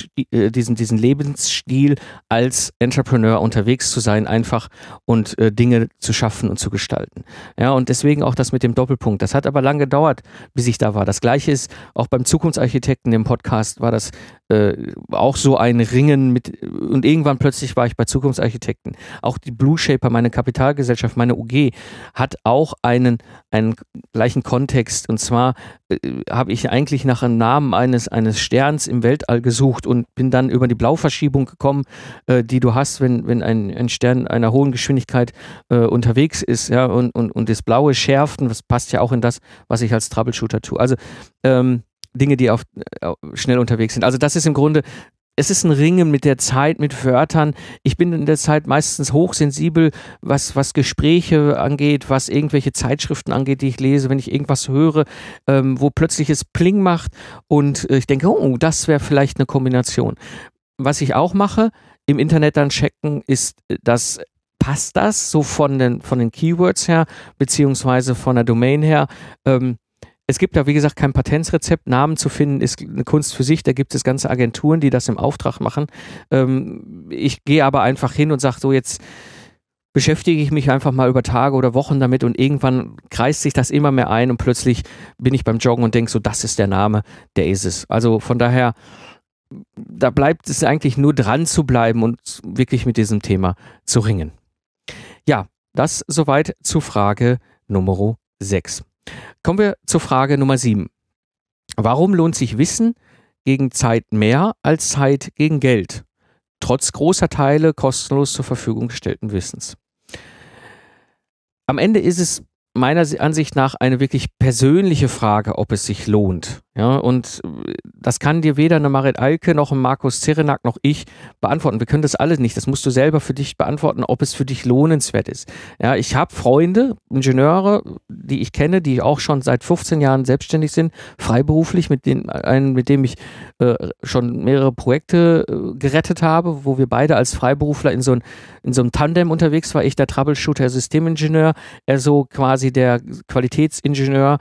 Lebensstil als Entrepreneur unterwegs zu sein, einfach und Dinge zu schaffen und zu gestalten. Ja, und deswegen auch das mit dem Doppelpunkt. Das hat aber lange gedauert, bis ich da war. Das Gleiche ist auch beim Zukunftsarchitekten im Podcast, war das auch so ein Ringen mit, und irgendwann plötzlich war ich bei Zukunftsarchitekten. Auch die Blue Shaper, meine Kapitalgesellschaft, meine UG, hat auch einen gleichen Kontext, und zwar habe ich eigentlich nach einem Namen eines Sterns im Weltall gesucht und bin dann über die Blauverschiebung gekommen, die du hast, wenn ein Stern einer hohen Geschwindigkeit unterwegs ist, ja, und das Blaue schärft, und das passt ja auch in das, was ich als Troubleshooter tue. Also Dinge, die schnell unterwegs sind. Also das ist im Grunde, es ist ein Ringen mit der Zeit, mit Wörtern. Ich bin in der Zeit meistens hochsensibel, was Gespräche angeht, was irgendwelche Zeitschriften angeht, die ich lese, wenn ich irgendwas höre, wo plötzlich es Pling macht und ich denke, oh, das wäre vielleicht eine Kombination. Was ich auch mache, im Internet dann checken, ist, passt das so von den Keywords her, beziehungsweise von der Domain her. Es gibt da, wie gesagt, kein Patentrezept. Namen zu finden ist eine Kunst für sich. Da gibt es ganze Agenturen, die das im Auftrag machen. Ich gehe aber einfach hin und sage so, jetzt beschäftige ich mich einfach mal über Tage oder Wochen damit, und irgendwann kreist sich das immer mehr ein und plötzlich bin ich beim Joggen und denke so, das ist der Name, der ist es. Also von daher, da bleibt es eigentlich nur dran zu bleiben und wirklich mit diesem Thema zu ringen. Ja, das soweit zu Frage Nummer 6. Kommen wir zur Frage Nummer 7. Warum lohnt sich Wissen gegen Zeit mehr als Zeit gegen Geld? Trotz großer Teile kostenlos zur Verfügung gestellten Wissens. Am Ende ist es meiner Ansicht nach eine wirklich persönliche Frage, ob es sich lohnt. Ja, und das kann dir weder eine Marit Alke noch ein Markus Zerenak noch ich beantworten. Wir können das alles nicht. Das musst du selber für dich beantworten, ob es für dich lohnenswert ist. Ja, ich habe Freunde, Ingenieure, die ich kenne, die auch schon seit 15 Jahren selbstständig sind, freiberuflich, mit dem ich schon mehrere Projekte gerettet habe, wo wir beide als Freiberufler in so einem Tandem unterwegs waren. Ich der Troubleshooter, der Systemingenieur, er so quasi der Qualitätsingenieur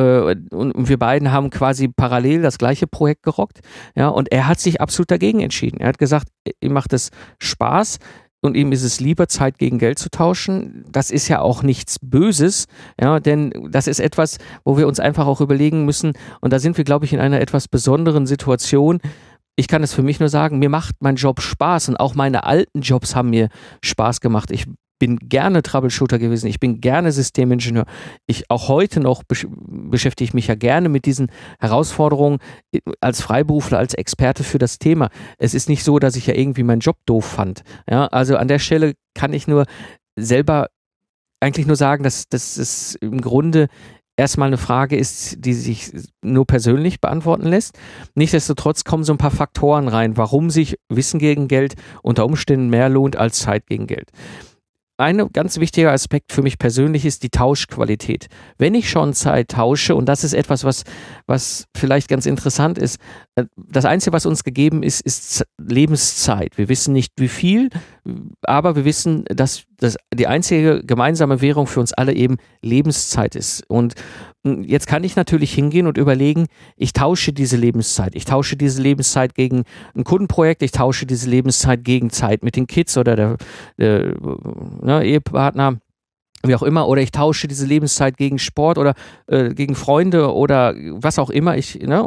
und wir beiden haben quasi parallel das gleiche Projekt gerockt. Ja, und er hat sich absolut dagegen entschieden. Er hat gesagt, ihm macht es Spaß und ihm ist es lieber, Zeit gegen Geld zu tauschen. Das ist ja auch nichts Böses, ja, denn das ist etwas, wo wir uns einfach auch überlegen müssen, und da sind wir, glaube ich, in einer etwas besonderen Situation. Ich kann es für mich nur sagen, mir macht mein Job Spaß und auch meine alten Jobs haben mir Spaß gemacht. Ich bin gerne Troubleshooter gewesen, ich bin gerne Systemingenieur. Auch heute noch beschäftige ich mich ja gerne mit diesen Herausforderungen als Freiberufler, als Experte für das Thema. Es ist nicht so, dass ich ja irgendwie meinen Job doof fand. Ja, also an der Stelle kann ich nur selber eigentlich nur sagen, dass es im Grunde erstmal eine Frage ist, die sich nur persönlich beantworten lässt. Nichtsdestotrotz kommen so ein paar Faktoren rein, warum sich Wissen gegen Geld unter Umständen mehr lohnt als Zeit gegen Geld. Ein ganz wichtiger Aspekt für mich persönlich ist die Tauschqualität. Wenn ich schon Zeit tausche, und das ist etwas, was vielleicht ganz interessant ist, das Einzige, was uns gegeben ist, ist Lebenszeit. Wir wissen nicht, wie viel, aber wir wissen, dass die einzige gemeinsame Währung für uns alle eben Lebenszeit ist. Und jetzt kann ich natürlich hingehen und überlegen, ich tausche diese Lebenszeit. Ich tausche diese Lebenszeit gegen ein Kundenprojekt, ich tausche diese Lebenszeit gegen Zeit mit den Kids oder der Ehepartner, wie auch immer, oder ich tausche diese Lebenszeit gegen Sport oder gegen Freunde oder was auch immer.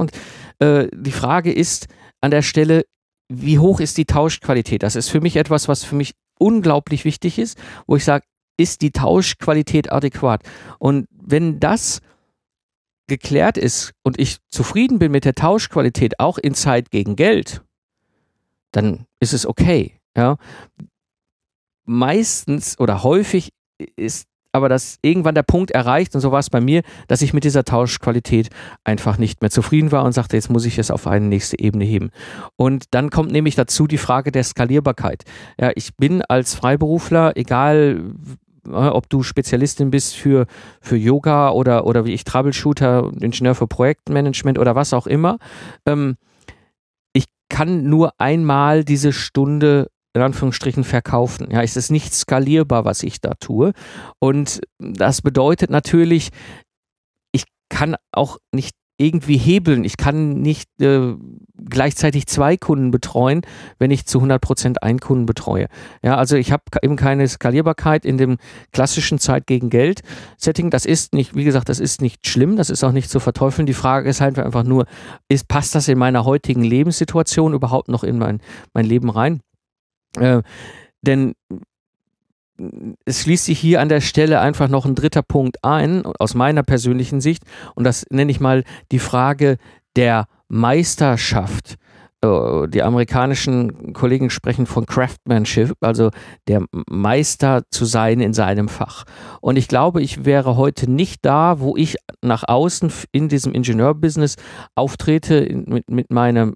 Die Frage ist an der Stelle, wie hoch ist die Tauschqualität? Das ist für mich etwas, was für mich unglaublich wichtig ist, wo ich sage, ist die Tauschqualität adäquat? Und wenn das geklärt ist und ich zufrieden bin mit der Tauschqualität, auch in Zeit gegen Geld, dann ist es okay. Ja? Meistens oder häufig ist aber das irgendwann der Punkt erreicht, und so war es bei mir, dass ich mit dieser Tauschqualität einfach nicht mehr zufrieden war und sagte, jetzt muss ich es auf eine nächste Ebene heben. Und dann kommt nämlich dazu die Frage der Skalierbarkeit. Ja, ich bin als Freiberufler, egal ob du Spezialistin bist für Yoga oder wie ich Troubleshooter, Ingenieur für Projektmanagement oder was auch immer, ich kann nur einmal diese Stunde in Anführungsstrichen verkaufen. Ja, es ist nicht skalierbar, was ich da tue. Und das bedeutet natürlich, ich kann auch nicht irgendwie hebeln. Ich kann nicht gleichzeitig 2 Kunden betreuen, wenn ich zu 100% einen Kunden betreue. Ja, also ich habe eben keine Skalierbarkeit in dem klassischen Zeit gegen Geld Setting. Das ist nicht, wie gesagt, das ist nicht schlimm, das ist auch nicht zu verteufeln. Die Frage ist halt einfach nur, passt das in meiner heutigen Lebenssituation überhaupt noch in mein Leben rein? Denn es schließt sich hier an der Stelle einfach noch ein dritter Punkt ein, aus meiner persönlichen Sicht, und das nenne ich mal die Frage der Meisterschaft. Die amerikanischen Kollegen sprechen von Craftsmanship, also der Meister zu sein in seinem Fach. Und ich glaube, ich wäre heute nicht da, wo ich nach außen in diesem Ingenieurbusiness auftrete, mit meiner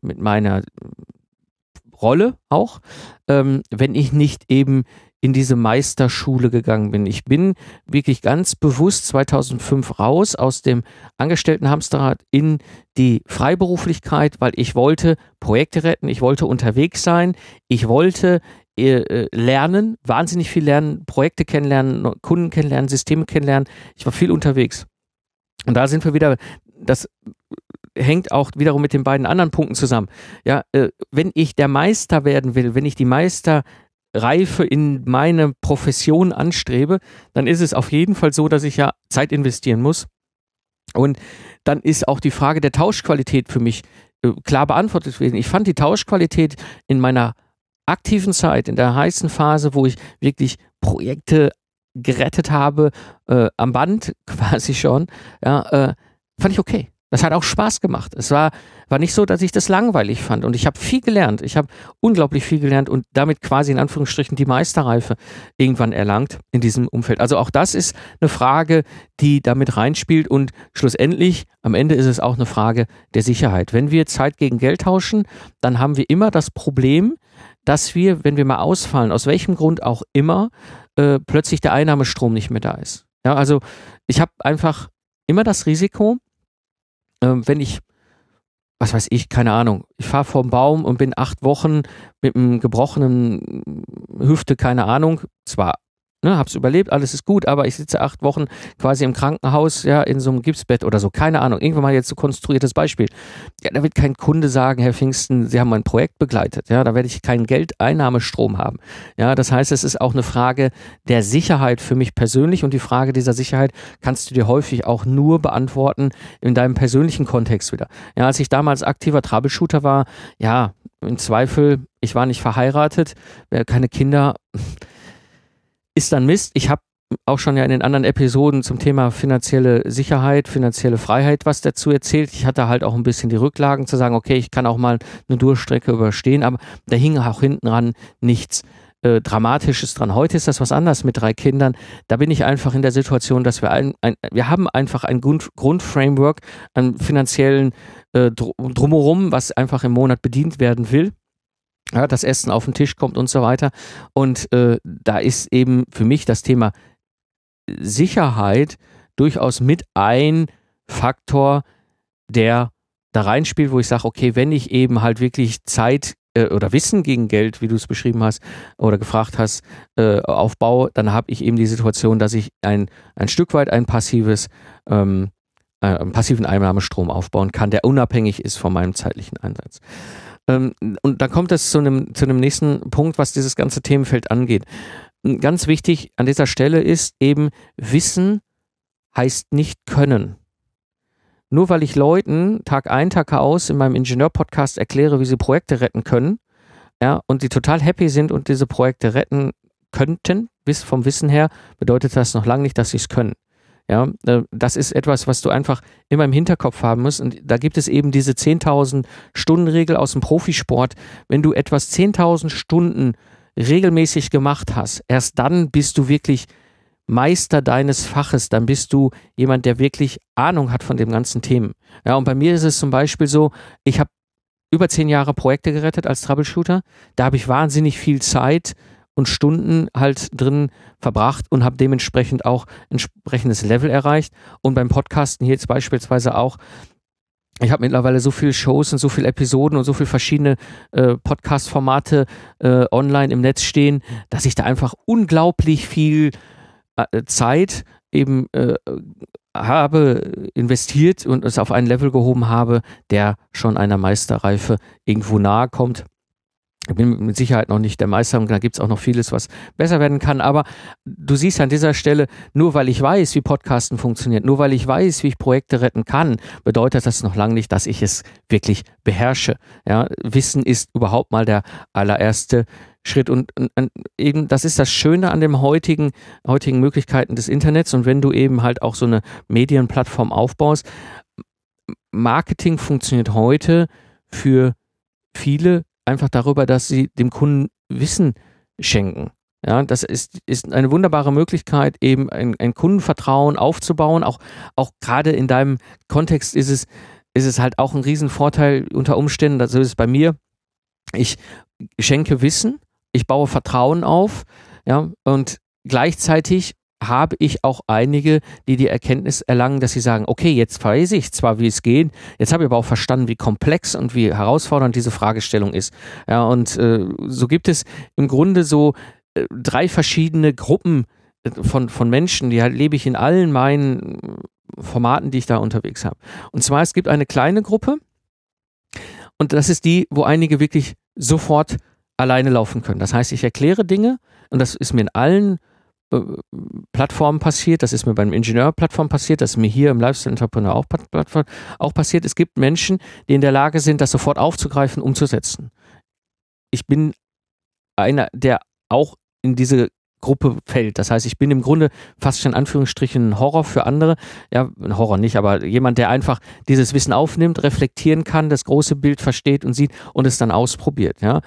Rolle auch, wenn ich nicht eben in diese Meisterschule gegangen bin. Ich bin wirklich ganz bewusst 2005 raus aus dem Angestelltenhamsterrad in die Freiberuflichkeit, weil ich wollte Projekte retten, ich wollte unterwegs sein, ich wollte lernen, wahnsinnig viel lernen, Projekte kennenlernen, Kunden kennenlernen, Systeme kennenlernen. Ich war viel unterwegs. Und da sind wir wieder, das hängt auch wiederum mit den beiden anderen Punkten zusammen. Ja, wenn ich der Meister werden will, wenn ich die Meisterreife in meine Profession anstrebe, dann ist es auf jeden Fall so, dass ich ja Zeit investieren muss. Und dann ist auch die Frage der Tauschqualität für mich klar beantwortet gewesen. Ich fand die Tauschqualität in meiner aktiven Zeit, in der heißen Phase, wo ich wirklich Projekte gerettet habe, am Band quasi schon, ja, fand ich okay. Das hat auch Spaß gemacht. Es war nicht so, dass ich das langweilig fand. Und ich habe viel gelernt. Ich habe unglaublich viel gelernt und damit quasi in Anführungsstrichen die Meisterreife irgendwann erlangt in diesem Umfeld. Also auch das ist eine Frage, die damit reinspielt. Und schlussendlich, am Ende ist es auch eine Frage der Sicherheit. Wenn wir Zeit gegen Geld tauschen, dann haben wir immer das Problem, dass wir, wenn wir mal ausfallen, aus welchem Grund auch immer, plötzlich der Einnahmestrom nicht mehr da ist. Ja, also ich habe einfach immer das Risiko, wenn ich, was weiß ich, keine Ahnung, ich fahre vorm Baum und bin 8 Wochen mit einem gebrochenen Hüfte, keine Ahnung, zwar, hab's überlebt, alles ist gut, aber ich sitze 8 Wochen quasi im Krankenhaus, ja, in so einem Gipsbett oder so, keine Ahnung, irgendwann mal jetzt so konstruiertes Beispiel. Ja, da wird kein Kunde sagen, Herr Pfingsten, Sie haben mein Projekt begleitet, ja, da werde ich keinen Geldeinnahmestrom haben. Ja, das heißt, es ist auch eine Frage der Sicherheit für mich persönlich und die Frage dieser Sicherheit kannst du dir häufig auch nur beantworten in deinem persönlichen Kontext wieder. Ja, als ich damals aktiver Troubleshooter war, ja, im Zweifel, ich war nicht verheiratet, keine Kinder, ist dann Mist. Ich habe auch schon ja in den anderen Episoden zum Thema finanzielle Sicherheit, finanzielle Freiheit was dazu erzählt. Ich hatte halt auch ein bisschen die Rücklagen zu sagen, okay, ich kann auch mal eine Durchstrecke überstehen, aber da hing auch hinten ran nichts Dramatisches dran. Heute ist das was anderes mit 3 Kindern. Da bin ich einfach in der Situation, dass wir wir haben einfach ein Grundframework an finanziellen Drumherum, was einfach im Monat bedient werden will. Ja, das Essen auf den Tisch kommt und so weiter. Und da ist eben für mich das Thema Sicherheit durchaus mit ein Faktor, der da reinspielt, wo ich sage, okay, wenn ich eben halt wirklich Zeit oder Wissen gegen Geld, wie du es beschrieben hast oder gefragt hast, aufbaue, dann habe ich eben die Situation, dass ich ein Stück weit einen passiven Einnahmestrom aufbauen kann, der unabhängig ist von meinem zeitlichen Einsatz. Und dann kommt es zu einem nächsten Punkt, was dieses ganze Themenfeld angeht. Ganz wichtig an dieser Stelle ist eben, Wissen heißt nicht können. Nur weil ich Leuten Tag ein, Tag aus in meinem Ingenieur-Podcast erkläre, wie sie Projekte retten können, ja, und die total happy sind und diese Projekte retten könnten, vom Wissen her, bedeutet das noch lange nicht, dass sie es können. Ja, das ist etwas, was du einfach immer im Hinterkopf haben musst. Und da gibt es eben diese 10.000 Stunden-Regel aus dem Profisport. Wenn du etwas 10.000 Stunden regelmäßig gemacht hast, erst dann bist du wirklich Meister deines Faches. Dann bist du jemand, der wirklich Ahnung hat von den ganzen Themen. Ja, und bei mir ist es zum Beispiel so, ich habe über 10 Jahre Projekte gerettet als Troubleshooter. Da habe ich wahnsinnig viel Zeit und Stunden halt drin verbracht und habe dementsprechend auch entsprechendes Level erreicht. Und beim Podcasten hier jetzt beispielsweise auch, ich habe mittlerweile so viele Shows und so viele Episoden und so viele verschiedene Podcast-Formate online im Netz stehen, dass ich da einfach unglaublich viel Zeit eben habe investiert und es auf ein Level gehoben habe, der schon einer Meisterreife irgendwo nahe kommt. Ich bin mit Sicherheit noch nicht der Meister und da gibt es auch noch vieles, was besser werden kann. Aber du siehst an dieser Stelle, nur weil ich weiß, wie Podcasten funktioniert, nur weil ich weiß, wie ich Projekte retten kann, bedeutet das noch lange nicht, dass ich es wirklich beherrsche. Ja, Wissen ist überhaupt mal der allererste Schritt und eben das ist das Schöne an den heutigen Möglichkeiten des Internets und wenn du eben halt auch so eine Medienplattform aufbaust, Marketing funktioniert heute für viele einfach darüber, dass sie dem Kunden Wissen schenken. Ja, das ist eine wunderbare Möglichkeit, eben ein Kundenvertrauen aufzubauen. Auch gerade in deinem Kontext ist es halt auch ein Riesenvorteil unter Umständen. So ist es bei mir. Ich schenke Wissen, ich baue Vertrauen auf, ja, und gleichzeitig habe ich auch einige, die Erkenntnis erlangen, dass sie sagen, okay, jetzt weiß ich zwar, wie es geht, jetzt habe ich aber auch verstanden, wie komplex und wie herausfordernd diese Fragestellung ist. Ja, und so gibt es im Grunde so 3 verschiedene Gruppen von Menschen, die lebe ich in allen meinen Formaten, die ich da unterwegs habe. Und zwar, es gibt eine kleine Gruppe und das ist die, wo einige wirklich sofort alleine laufen können. Das heißt, ich erkläre Dinge und das ist mir in allen Plattformen passiert, das ist mir beim Ingenieur-Plattform passiert, das ist mir hier im Lifestyle-Entrepreneur auch passiert. Es gibt Menschen, die in der Lage sind, das sofort aufzugreifen, umzusetzen. Ich bin einer, der auch in diese Gruppe fällt. Das heißt, ich bin im Grunde fast schon in Anführungsstrichen ein Horror für andere. Ja, ein Horror nicht, aber jemand, der einfach dieses Wissen aufnimmt, reflektieren kann, das große Bild versteht und sieht und es dann ausprobiert. Ja.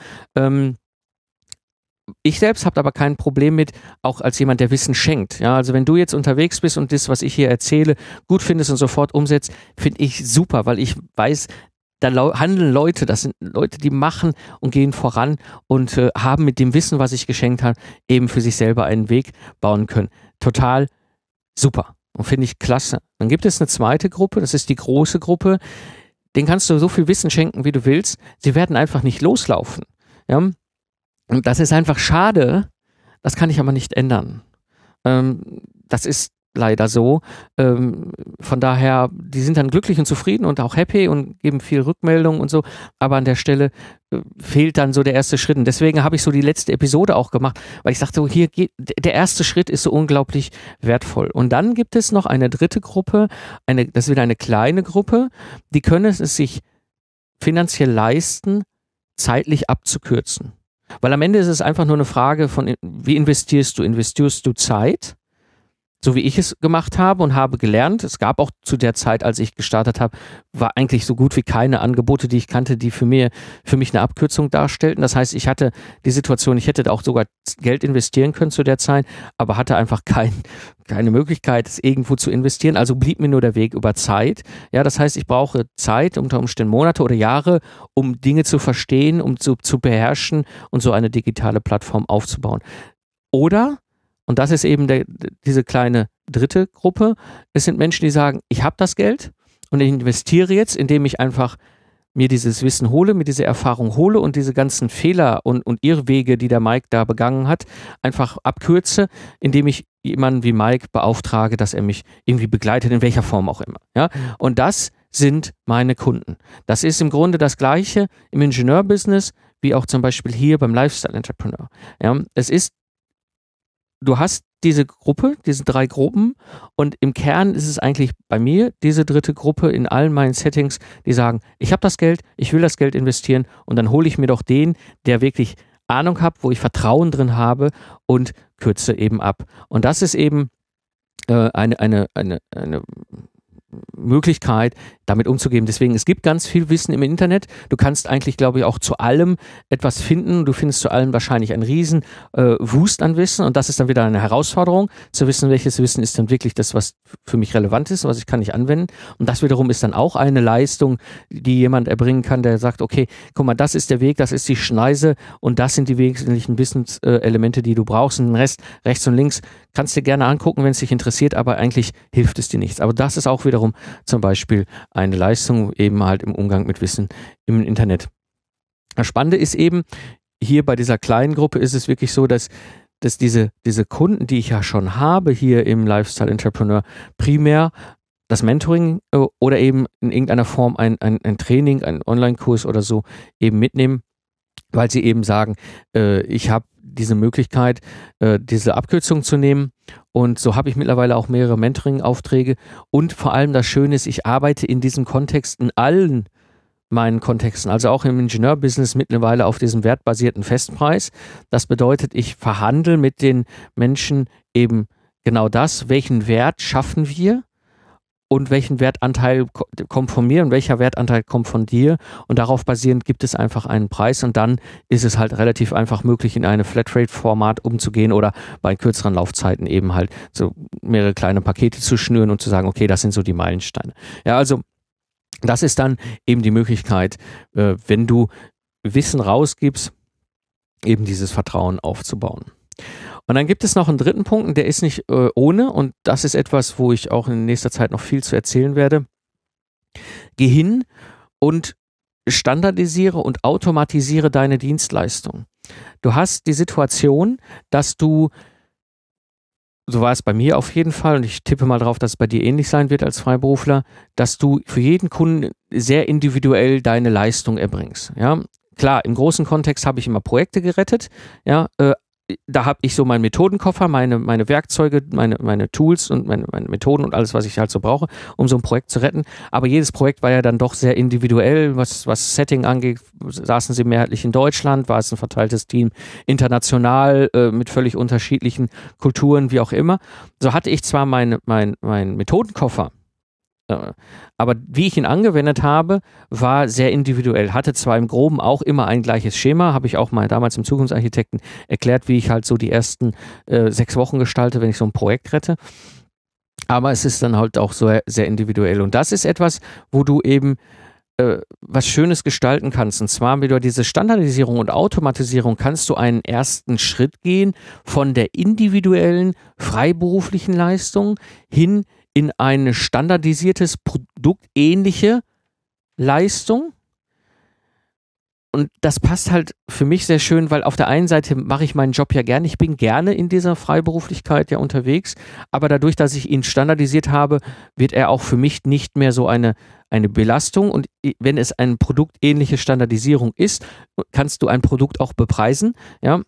Ich selbst habe aber kein Problem mit, auch als jemand, der Wissen schenkt. Ja, also wenn du jetzt unterwegs bist und das, was ich hier erzähle, gut findest und sofort umsetzt, finde ich super, weil ich weiß, da handeln Leute, das sind Leute, die machen und gehen voran und haben mit dem Wissen, was ich geschenkt habe, eben für sich selber einen Weg bauen können. Total super und finde ich klasse. Dann gibt es eine zweite Gruppe, das ist die große Gruppe, denen kannst du so viel Wissen schenken, wie du willst, sie werden einfach nicht loslaufen. Ja. Und das ist einfach schade, das kann ich aber nicht ändern. Das ist leider so. Von daher, die sind dann glücklich und zufrieden und auch happy und geben viel Rückmeldung und so, aber an der Stelle fehlt dann so der erste Schritt. Und deswegen habe ich so die letzte Episode auch gemacht, weil ich sagte, hier geht, der erste Schritt ist so unglaublich wertvoll. Und dann gibt es noch eine dritte Gruppe, das ist wieder eine kleine Gruppe, die können es sich finanziell leisten, zeitlich abzukürzen. Weil am Ende ist es einfach nur eine Frage von, wie investierst du? Investierst du Zeit, so wie ich es gemacht habe und habe gelernt? Es gab auch zu der Zeit, als ich gestartet habe, war eigentlich so gut wie keine Angebote, die ich kannte, die für mich eine Abkürzung darstellten. Das heißt, ich hatte die Situation, ich hätte auch sogar Geld investieren können zu der Zeit, aber hatte einfach keine Möglichkeit, es irgendwo zu investieren. Also blieb mir nur der Weg über Zeit. Ja, das heißt, ich brauche Zeit, unter Umständen Monate oder Jahre, um Dinge zu verstehen, um zu beherrschen und so eine digitale Plattform aufzubauen. Oder, und das ist eben diese kleine dritte Gruppe, es sind Menschen, die sagen, ich habe das Geld und ich investiere jetzt, indem ich einfach mir dieses Wissen hole, mir diese Erfahrung hole und diese ganzen Fehler und Irrwege, die der Mike da begangen hat, einfach abkürze, indem ich jemanden wie Mike beauftrage, dass er mich irgendwie begleitet, in welcher Form auch immer. Ja? Und das sind meine Kunden. Das ist im Grunde das Gleiche im Ingenieurbusiness, wie auch zum Beispiel hier beim Lifestyle Entrepreneur. Ja? Du hast diese Gruppe, diese 3 Gruppen und im Kern ist es eigentlich bei mir diese dritte Gruppe in allen meinen Settings, die sagen, ich habe das Geld, ich will das Geld investieren und dann hole ich mir doch den, der wirklich Ahnung hat, wo ich Vertrauen drin habe und kürze eben ab. Und das ist eben eine Möglichkeit, damit umzugehen. Deswegen, es gibt ganz viel Wissen im Internet. Du kannst eigentlich, glaube ich, auch zu allem etwas finden. Du findest zu allem wahrscheinlich einen riesen Wust an Wissen und das ist dann wieder eine Herausforderung, zu wissen, welches Wissen ist dann wirklich das, was für mich relevant ist, was ich kann nicht anwenden. Und das wiederum ist dann auch eine Leistung, die jemand erbringen kann, der sagt, okay, guck mal, das ist der Weg, das ist die Schneise und das sind die wesentlichen Wissenselemente, die du brauchst. Und den Rest, rechts und links, kannst du dir gerne angucken, wenn es dich interessiert, aber eigentlich hilft es dir nichts. Aber das ist auch wiederum zum Beispiel eine Leistung eben halt im Umgang mit Wissen im Internet. Das Spannende ist eben, hier bei dieser kleinen Gruppe ist es wirklich so, dass diese Kunden, die ich ja schon habe hier im Lifestyle Entrepreneur, primär das Mentoring oder eben in irgendeiner Form ein Training, einen Online-Kurs oder so eben mitnehmen, weil sie eben sagen, ich habe diese Möglichkeit, diese Abkürzung zu nehmen. Und so habe ich mittlerweile auch mehrere Mentoring-Aufträge. Und vor allem das Schöne ist, ich arbeite in diesem Kontext, in allen meinen Kontexten, also auch im Ingenieurbusiness mittlerweile auf diesem wertbasierten Festpreis. Das bedeutet, ich verhandle mit den Menschen eben genau das, welchen Wert schaffen wir und welchen Wertanteil kommt von mir und welcher Wertanteil kommt von dir und darauf basierend gibt es einfach einen Preis und dann ist es halt relativ einfach möglich, in eine Flatrate-Format umzugehen oder bei kürzeren Laufzeiten eben halt so mehrere kleine Pakete zu schnüren und zu sagen, okay, das sind so die Meilensteine. Ja, also das ist dann eben die Möglichkeit, wenn du Wissen rausgibst, eben dieses Vertrauen aufzubauen. Und dann gibt es noch einen dritten Punkt, der ist nicht ohne und das ist etwas, wo ich auch in nächster Zeit noch viel zu erzählen werde. Geh hin und standardisiere und automatisiere deine Dienstleistung. Du hast die Situation, dass du, so war es bei mir auf jeden Fall und ich tippe mal drauf, dass es bei dir ähnlich sein wird als Freiberufler, dass du für jeden Kunden sehr individuell deine Leistung erbringst. Ja? Klar, im großen Kontext habe ich immer Projekte gerettet, ja, da habe ich so meinen Methodenkoffer, meine Werkzeuge, meine Tools und meine Methoden und alles, was ich halt so brauche, um so ein Projekt zu retten. Aber jedes Projekt war ja dann doch sehr individuell, was Setting angeht. Saßen sie mehrheitlich in Deutschland, war es ein verteiltes Team international mit völlig unterschiedlichen Kulturen, wie auch immer. So hatte ich zwar meinen Methodenkoffer, aber wie ich ihn angewendet habe, war sehr individuell. Hatte zwar im Groben auch immer ein gleiches Schema, habe ich auch mal damals im Zukunftsarchitekten erklärt, wie ich halt so die ersten 6 Wochen gestalte, wenn ich so ein Projekt rette. Aber es ist dann halt auch so sehr individuell. Und das ist etwas, wo du eben was Schönes gestalten kannst. Und zwar mit dieser Standardisierung und Automatisierung kannst du einen ersten Schritt gehen von der individuellen, freiberuflichen Leistung hin in eine standardisiertes, produktähnliche Leistung. Und das passt halt für mich sehr schön, weil auf der einen Seite mache ich meinen Job ja gerne. Ich bin gerne in dieser Freiberuflichkeit ja unterwegs, aber dadurch, dass ich ihn standardisiert habe, wird er auch für mich nicht mehr so eine Belastung. Und wenn es eine produktähnliche Standardisierung ist, kannst du ein Produkt auch bepreisen, ja,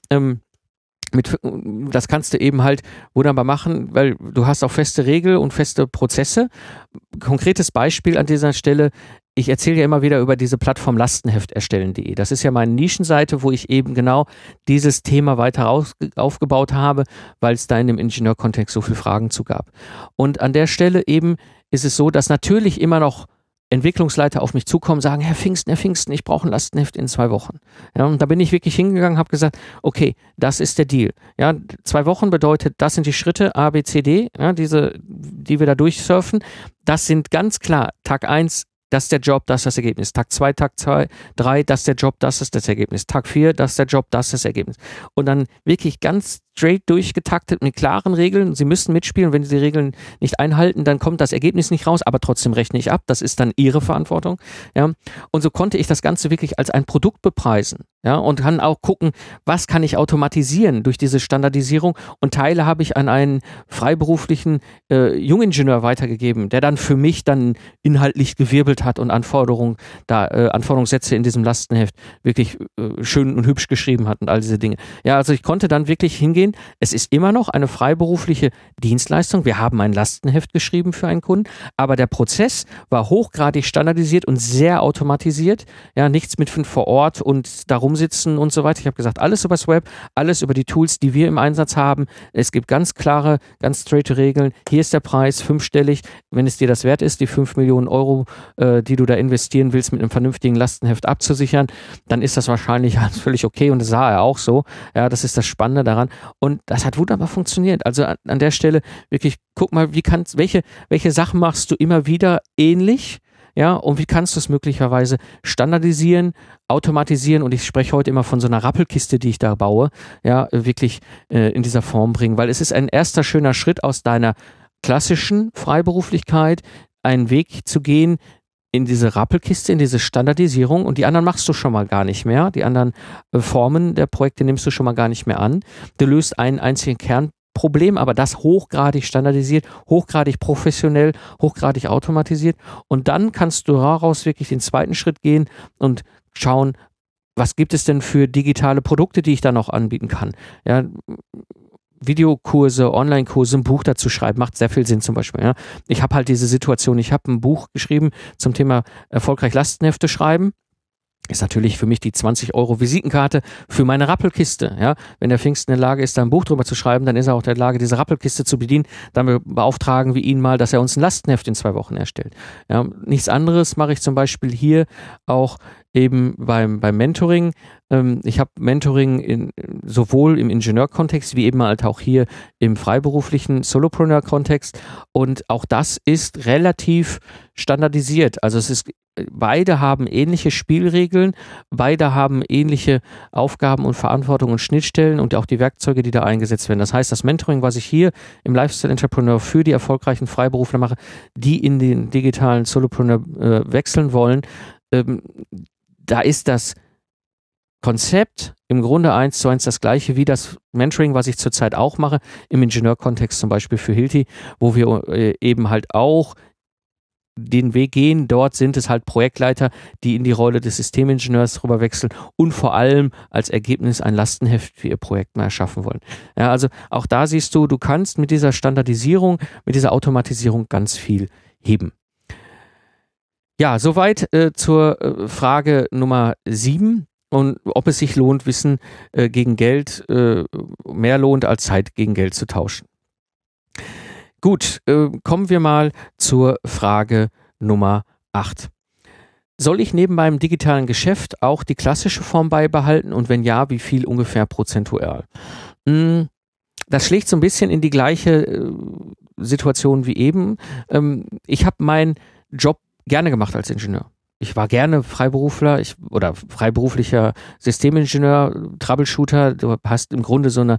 das kannst du eben halt wunderbar machen, weil du hast auch feste Regeln und feste Prozesse. Konkretes Beispiel an dieser Stelle, ich erzähle ja immer wieder über diese Plattform lastenhefterstellen.de. Das ist ja meine Nischenseite, wo ich eben genau dieses Thema weiter aufgebaut habe, weil es da in dem Ingenieurkontext so viele Fragen zu gab. Und an der Stelle eben ist es so, dass natürlich immer noch Entwicklungsleiter auf mich zukommen, sagen, Herr Pfingsten, ich brauche ein Lastenheft in 2 Wochen. Ja, und da bin ich wirklich hingegangen, habe gesagt, okay, das ist der Deal. Ja, 2 Wochen bedeutet, das sind die Schritte A, B, C, D, ja, die wir da durchsurfen. Das sind ganz klar, Tag 1, das ist der Job, das ist das Ergebnis. Tag 2, 3, das ist der Job, das ist das Ergebnis. Tag 4, das ist der Job, das ist das Ergebnis. Und dann wirklich ganz straight durchgetaktet mit klaren Regeln. Sie müssen mitspielen. Wenn Sie die Regeln nicht einhalten, dann kommt das Ergebnis nicht raus, aber trotzdem rechne ich ab. Das ist dann Ihre Verantwortung. Ja. Und so konnte ich das Ganze wirklich als ein Produkt bepreisen. Ja, und kann auch gucken, was kann ich automatisieren durch diese Standardisierung. Und Teile habe ich an einen freiberuflichen Jungingenieur weitergegeben, der dann für mich dann inhaltlich gewirbelt hat und Anforderungssätze in diesem Lastenheft wirklich schön und hübsch geschrieben hat und all diese Dinge. Ja, also ich konnte dann wirklich hingehen. Es ist immer noch eine freiberufliche Dienstleistung. Wir haben ein Lastenheft geschrieben für einen Kunden, aber der Prozess war hochgradig standardisiert und sehr automatisiert. Ja, nichts mit 5 vor Ort und darum sitzen und so weiter. Ich habe gesagt, alles übers Web, alles über die Tools, die wir im Einsatz haben. Es gibt ganz klare, ganz straighte Regeln. Hier ist der Preis, 5-stellig. Wenn es dir das wert ist, die 5 Millionen Euro, die du da investieren willst, mit einem vernünftigen Lastenheft abzusichern, dann ist das wahrscheinlich völlig okay und das sah er auch so. Ja, das ist das Spannende daran. Und das hat wunderbar funktioniert. Also an der Stelle wirklich, guck mal, welche Sachen machst du immer wieder ähnlich? Ja, und wie kannst du es möglicherweise standardisieren, automatisieren, und ich spreche heute immer von so einer Rappelkiste, die ich da baue, ja, wirklich in dieser Form bringen, weil es ist ein erster schöner Schritt aus deiner klassischen Freiberuflichkeit, einen Weg zu gehen in diese Rappelkiste, in diese Standardisierung, und die anderen machst du schon mal gar nicht mehr, die anderen Formen der Projekte nimmst du schon mal gar nicht mehr an. Du löst einen einzigen Kernproblem, aber das hochgradig standardisiert, hochgradig professionell, hochgradig automatisiert, und dann kannst du daraus wirklich den zweiten Schritt gehen und schauen, was gibt es denn für digitale Produkte, die ich da noch anbieten kann. Ja, Videokurse, Online-Kurse, ein Buch dazu schreiben, macht sehr viel Sinn zum Beispiel. Ja. Ich habe halt diese Situation, ich habe ein Buch geschrieben zum Thema erfolgreich Lastenhefte schreiben. Ist natürlich für mich die 20 € Visitenkarte für meine Rappelkiste. Ja. Wenn der Pfingsten in der Lage ist, da ein Buch drüber zu schreiben, dann ist er auch in der Lage, diese Rappelkiste zu bedienen. Dann beauftragen wir ihn mal, dass er uns ein Lastenheft in 2 Wochen erstellt. Ja. Nichts anderes mache ich zum Beispiel hier auch eben beim Mentoring. Ich habe Mentoring sowohl im Ingenieurkontext wie eben halt auch hier im freiberuflichen Solopreneur-Kontext, und auch das ist relativ standardisiert. Also beide haben ähnliche Spielregeln, beide haben ähnliche Aufgaben und Verantwortung und Schnittstellen und auch die Werkzeuge, die da eingesetzt werden. Das heißt, das Mentoring, was ich hier im Lifestyle Entrepreneur für die erfolgreichen Freiberufler mache, die in den digitalen Solopreneur wechseln wollen, da ist das Konzept im Grunde 1:1 das gleiche wie das Mentoring, was ich zurzeit auch mache, im Ingenieurkontext zum Beispiel für Hilti, wo wir eben halt auch den Weg gehen. Dort sind es halt Projektleiter, die in die Rolle des Systemingenieurs rüber wechseln und vor allem als Ergebnis ein Lastenheft für ihr Projekt mal erschaffen wollen. Ja, also auch da siehst du, du kannst mit dieser Standardisierung, mit dieser Automatisierung ganz viel heben. Ja, soweit zur Frage Nummer 7 und ob es sich lohnt, Wissen gegen Geld mehr lohnt, als Zeit gegen Geld zu tauschen. Gut, kommen wir mal zur Frage Nummer 8. Soll ich neben meinem digitalen Geschäft auch die klassische Form beibehalten und wenn ja, wie viel ungefähr prozentual? Das schlägt so ein bisschen in die gleiche Situation wie eben. Ich habe meinen Job gerne gemacht als Ingenieur. Ich war gerne Freiberufler oder freiberuflicher Systemingenieur, Troubleshooter. Du hast im Grunde so eine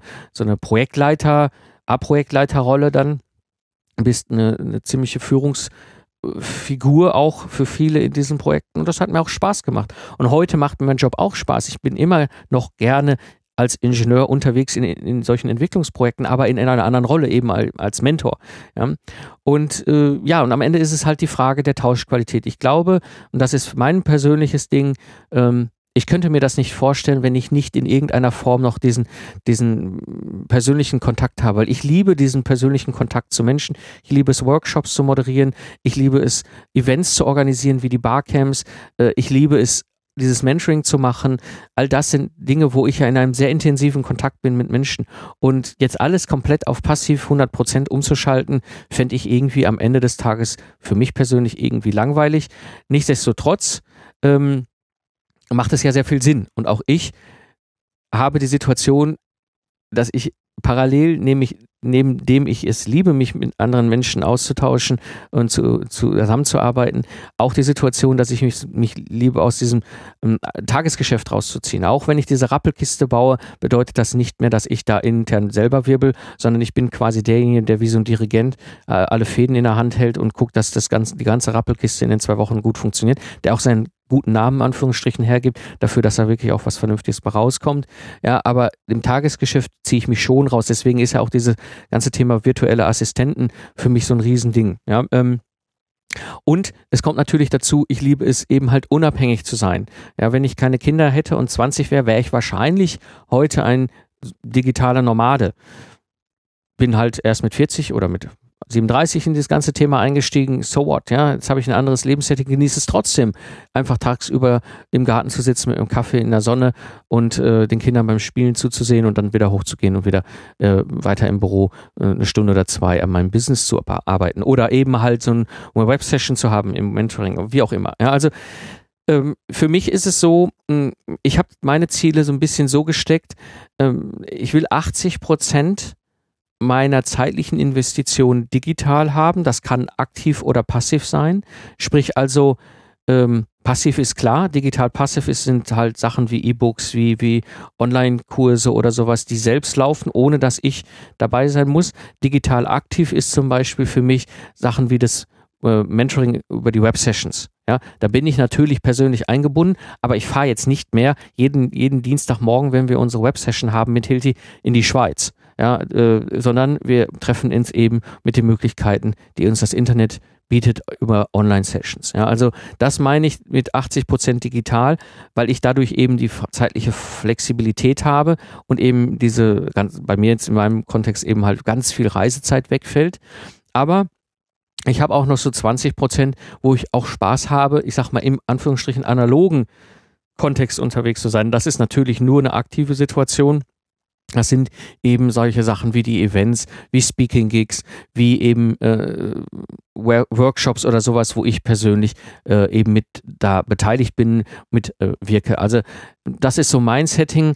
Projektleiterrolle dann. Bist eine ziemliche Führungsfigur auch für viele in diesen Projekten und das hat mir auch Spaß gemacht. Und heute macht mir mein Job auch Spaß. Ich bin immer noch gerne als Ingenieur unterwegs in solchen Entwicklungsprojekten, aber in einer anderen Rolle, eben als Mentor. Ja. Und und am Ende ist es halt die Frage der Tauschqualität. Ich glaube, und das ist mein persönliches Ding, ich könnte mir das nicht vorstellen, wenn ich nicht in irgendeiner Form noch diesen persönlichen Kontakt habe. Weil ich liebe diesen persönlichen Kontakt zu Menschen. Ich liebe es, Workshops zu moderieren. Ich liebe es, Events zu organisieren, wie die Barcamps. Ich liebe es, dieses Mentoring zu machen. All das sind Dinge, wo ich ja in einem sehr intensiven Kontakt bin mit Menschen. Und jetzt alles komplett auf passiv 100% umzuschalten, fände ich irgendwie am Ende des Tages für mich persönlich irgendwie langweilig. Nichtsdestotrotz, macht es ja sehr viel Sinn. Und auch ich habe die Situation, dass ich parallel, neben dem ich es liebe, mich mit anderen Menschen auszutauschen und zusammenzuarbeiten, auch die Situation, dass ich mich liebe, aus diesem Tagesgeschäft rauszuziehen. Auch wenn ich diese Rappelkiste baue, bedeutet das nicht mehr, dass ich da intern selber wirbel, sondern ich bin quasi derjenige, der wie so ein Dirigent alle Fäden in der Hand hält und guckt, dass die ganze Rappelkiste in den 2 Wochen gut funktioniert, der auch seinen guten Namen, in Anführungsstrichen, hergibt, dafür, dass da wirklich auch was Vernünftiges rauskommt. Ja, aber im Tagesgeschäft ziehe ich mich schon raus. Deswegen ist ja auch dieses ganze Thema virtuelle Assistenten für mich so ein Riesending. Ja, und es kommt natürlich dazu, ich liebe es eben halt unabhängig zu sein. Ja, wenn ich keine Kinder hätte und 20 wäre ich wahrscheinlich heute ein digitaler Nomade. Bin halt erst mit 40 oder mit 37 in das ganze Thema eingestiegen, so what, ja, jetzt habe ich ein anderes Lebenssetting, genieße es trotzdem, einfach tagsüber im Garten zu sitzen mit einem Kaffee in der Sonne und den Kindern beim Spielen zuzusehen und dann wieder hochzugehen und wieder weiter im Büro 1 Stunde oder 2 an meinem Business zu arbeiten oder eben halt so eine Web-Session zu haben im Mentoring, wie auch immer, ja, also für mich ist es so, ich habe meine Ziele so ein bisschen so gesteckt, ich will 80% meiner zeitlichen Investition digital haben. Das kann aktiv oder passiv sein. Sprich also, passiv ist klar, digital passiv sind halt Sachen wie E-Books, wie Online-Kurse oder sowas, die selbst laufen, ohne dass ich dabei sein muss. Digital aktiv ist zum Beispiel für mich Sachen wie das Mentoring über die Web-Sessions. Ja, da bin ich natürlich persönlich eingebunden, aber ich fahre jetzt nicht mehr jeden Dienstagmorgen, wenn wir unsere Web-Session haben mit Hilti, in die Schweiz. Ja, sondern wir treffen uns eben mit den Möglichkeiten, die uns das Internet bietet über Online-Sessions. Ja, also das meine ich mit 80% digital, weil ich dadurch eben die zeitliche Flexibilität habe und eben bei mir jetzt in meinem Kontext eben halt ganz viel Reisezeit wegfällt. Aber ich habe auch noch so 20%, wo ich auch Spaß habe, ich sag mal im Anführungsstrichen analogen Kontext unterwegs zu sein. Das ist natürlich nur eine aktive Situation. Das sind eben solche Sachen wie die Events, wie Speaking-Gigs, wie eben Workshops oder sowas, wo ich persönlich eben mit da beteiligt bin, mit wirke. Also das ist so mein Setting,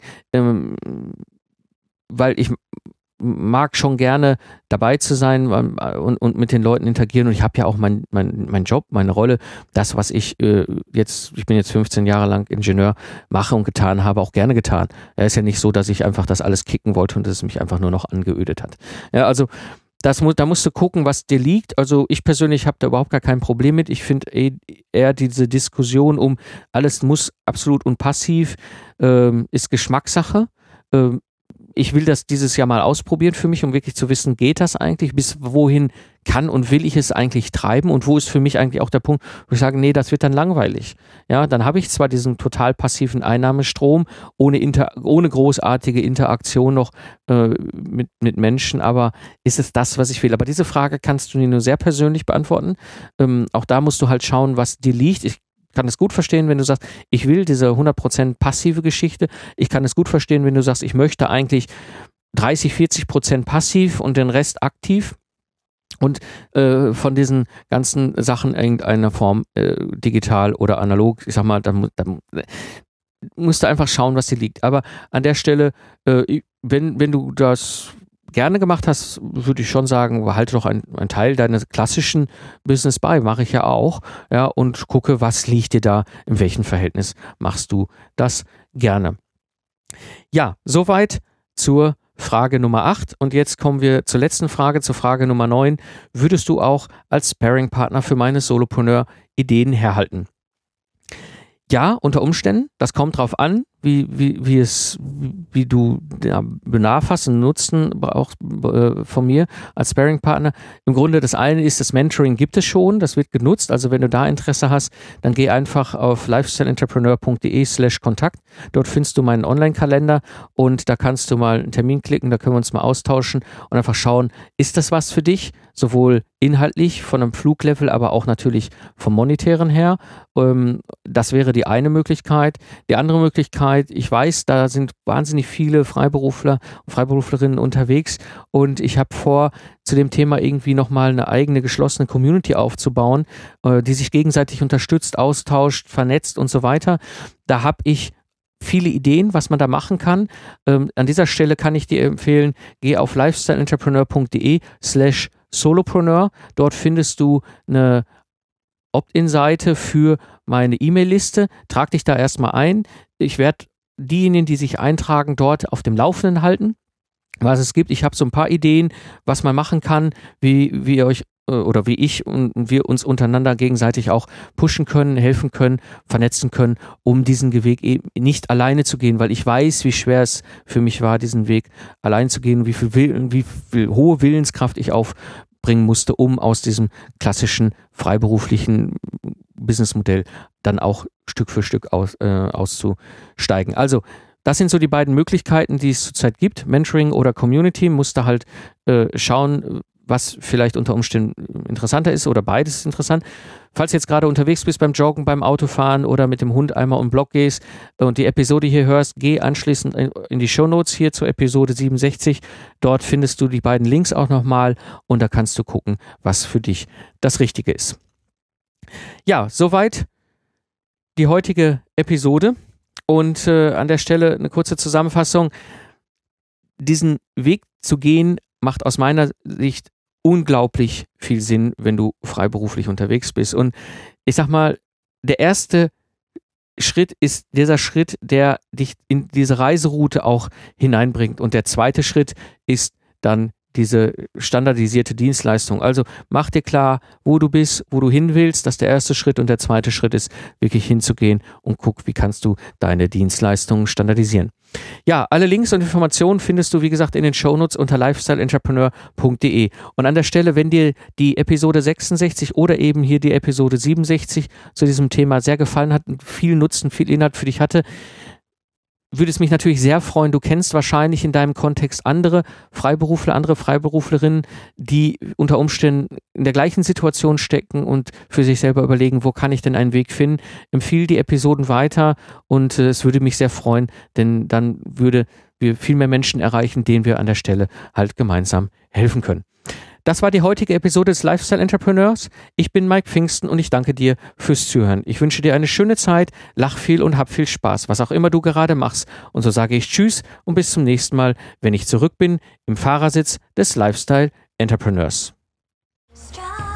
weil ich mag schon gerne dabei zu sein und mit den Leuten interagieren und ich habe ja auch meinen Job, meine Rolle, das, was ich ich bin jetzt 15 Jahre lang Ingenieur, mache und getan habe, auch gerne getan. Es ist ja nicht so, dass ich einfach das alles kicken wollte und es mich einfach nur noch angeödet hat. Ja, also da musst du gucken, was dir liegt. Also ich persönlich habe da überhaupt gar kein Problem mit. Ich finde eher diese Diskussion um alles muss absolut und passiv ist Geschmackssache. Ich will das dieses Jahr mal ausprobieren für mich, um wirklich zu wissen, geht das eigentlich? Bis wohin kann und will ich es eigentlich treiben und wo ist für mich eigentlich auch der Punkt, wo ich sage, nee, das wird dann langweilig. Ja, dann habe ich zwar diesen total passiven Einnahmestrom, ohne großartige Interaktion noch mit Menschen, aber ist es das, was ich will? Aber diese Frage kannst du nur sehr persönlich beantworten. Auch da musst du halt schauen, was dir liegt. Ich kann es gut verstehen, wenn du sagst, ich will diese 100% passive Geschichte. Ich kann es gut verstehen, wenn du sagst, ich möchte eigentlich 30-40% passiv und den Rest aktiv. Und von diesen ganzen Sachen irgendeiner Form digital oder analog, ich sag mal, da musst du einfach schauen, was dir liegt. Aber an der Stelle, wenn du das gerne gemacht hast, würde ich schon sagen, behalte doch einen Teil deines klassischen Business bei, mache ich ja auch, ja, und gucke, was liegt dir da, in welchem Verhältnis machst du das gerne. Ja, soweit zur Frage Nummer 8 und jetzt kommen wir zur letzten Frage, zur Frage Nummer 9. Würdest du auch als Sparring-Partner für meine Solopreneur Ideen herhalten? Ja, unter Umständen. Das kommt drauf an, wie du Bedarf hast und Nutzen auch von mir als Sparring-Partner. Im Grunde das eine ist, das Mentoring gibt es schon, das wird genutzt. Also wenn du da Interesse hast, dann geh einfach auf lifestyleentrepreneur.de/Kontakt. Dort findest du meinen Online-Kalender und da kannst du mal einen Termin klicken, da können wir uns mal austauschen und einfach schauen, ist das was für dich? Sowohl inhaltlich von einem Fluglevel, aber auch natürlich vom Monetären her. Das wäre die eine Möglichkeit. Die andere Möglichkeit, ich weiß, da sind wahnsinnig viele Freiberufler und Freiberuflerinnen unterwegs und ich habe vor, zu dem Thema irgendwie nochmal eine eigene geschlossene Community aufzubauen, die sich gegenseitig unterstützt, austauscht, vernetzt und so weiter. Da habe ich viele Ideen, was man da machen kann. An dieser Stelle kann ich dir empfehlen, geh auf lifestyleentrepreneur.de/Solopreneur. Dort findest du eine Opt-in-Seite für meine E-Mail-Liste. Trag dich da erstmal ein. Ich werde diejenigen, die sich eintragen, dort auf dem Laufenden halten, was es gibt. Ich habe so ein paar Ideen, was man machen kann, wie ihr euch oder wie ich und wir uns untereinander gegenseitig auch pushen können, helfen können, vernetzen können, um diesen Weg eben nicht alleine zu gehen, weil ich weiß, wie schwer es für mich war, diesen Weg allein zu gehen, wie viel hohe Willenskraft ich aufbringen musste, um aus diesem klassischen freiberuflichen Businessmodell dann auch Stück für Stück auszusteigen. Also das sind so die beiden Möglichkeiten, die es zurzeit gibt, Mentoring oder Community. Musst du halt schauen, was vielleicht unter Umständen interessanter ist oder beides ist interessant. Falls du jetzt gerade unterwegs bist beim Joggen, beim Autofahren oder mit dem Hund einmal um den Block gehst und die Episode hier hörst, geh anschließend in die Shownotes hier zur Episode 67. Dort findest du die beiden Links auch nochmal und da kannst du gucken, was für dich das Richtige ist. Ja, soweit die heutige Episode und an der Stelle eine kurze Zusammenfassung. Diesen Weg zu gehen macht aus meiner Sicht unglaublich viel Sinn, wenn du freiberuflich unterwegs bist. Und ich sag mal, der erste Schritt ist dieser Schritt, der dich in diese Reiseroute auch hineinbringt. Und der zweite Schritt ist dann diese standardisierte Dienstleistung. Also mach dir klar, wo du bist, wo du hin willst. Das ist der erste Schritt. Und der zweite Schritt ist, wirklich hinzugehen und guck, wie kannst du deine Dienstleistungen standardisieren. Ja, alle Links und Informationen findest du, wie gesagt, in den Shownotes unter lifestyleentrepreneur.de. Und an der Stelle, wenn dir die Episode 66 oder eben hier die Episode 67 zu diesem Thema sehr gefallen hat und viel Nutzen, viel Inhalt für dich hatte, würde es mich natürlich sehr freuen. Du kennst wahrscheinlich in deinem Kontext andere Freiberufler, andere Freiberuflerinnen, die unter Umständen in der gleichen Situation stecken und für sich selber überlegen, wo kann ich denn einen Weg finden. Empfehle die Episoden weiter und es würde mich sehr freuen, denn dann würde wir viel mehr Menschen erreichen, denen wir an der Stelle halt gemeinsam helfen können. Das war die heutige Episode des Lifestyle Entrepreneurs. Ich bin Mike Pfingsten und ich danke dir fürs Zuhören. Ich wünsche dir eine schöne Zeit, lach viel und hab viel Spaß, was auch immer du gerade machst. Und so sage ich Tschüss und bis zum nächsten Mal, wenn ich zurück bin im Fahrersitz des Lifestyle Entrepreneurs. Strive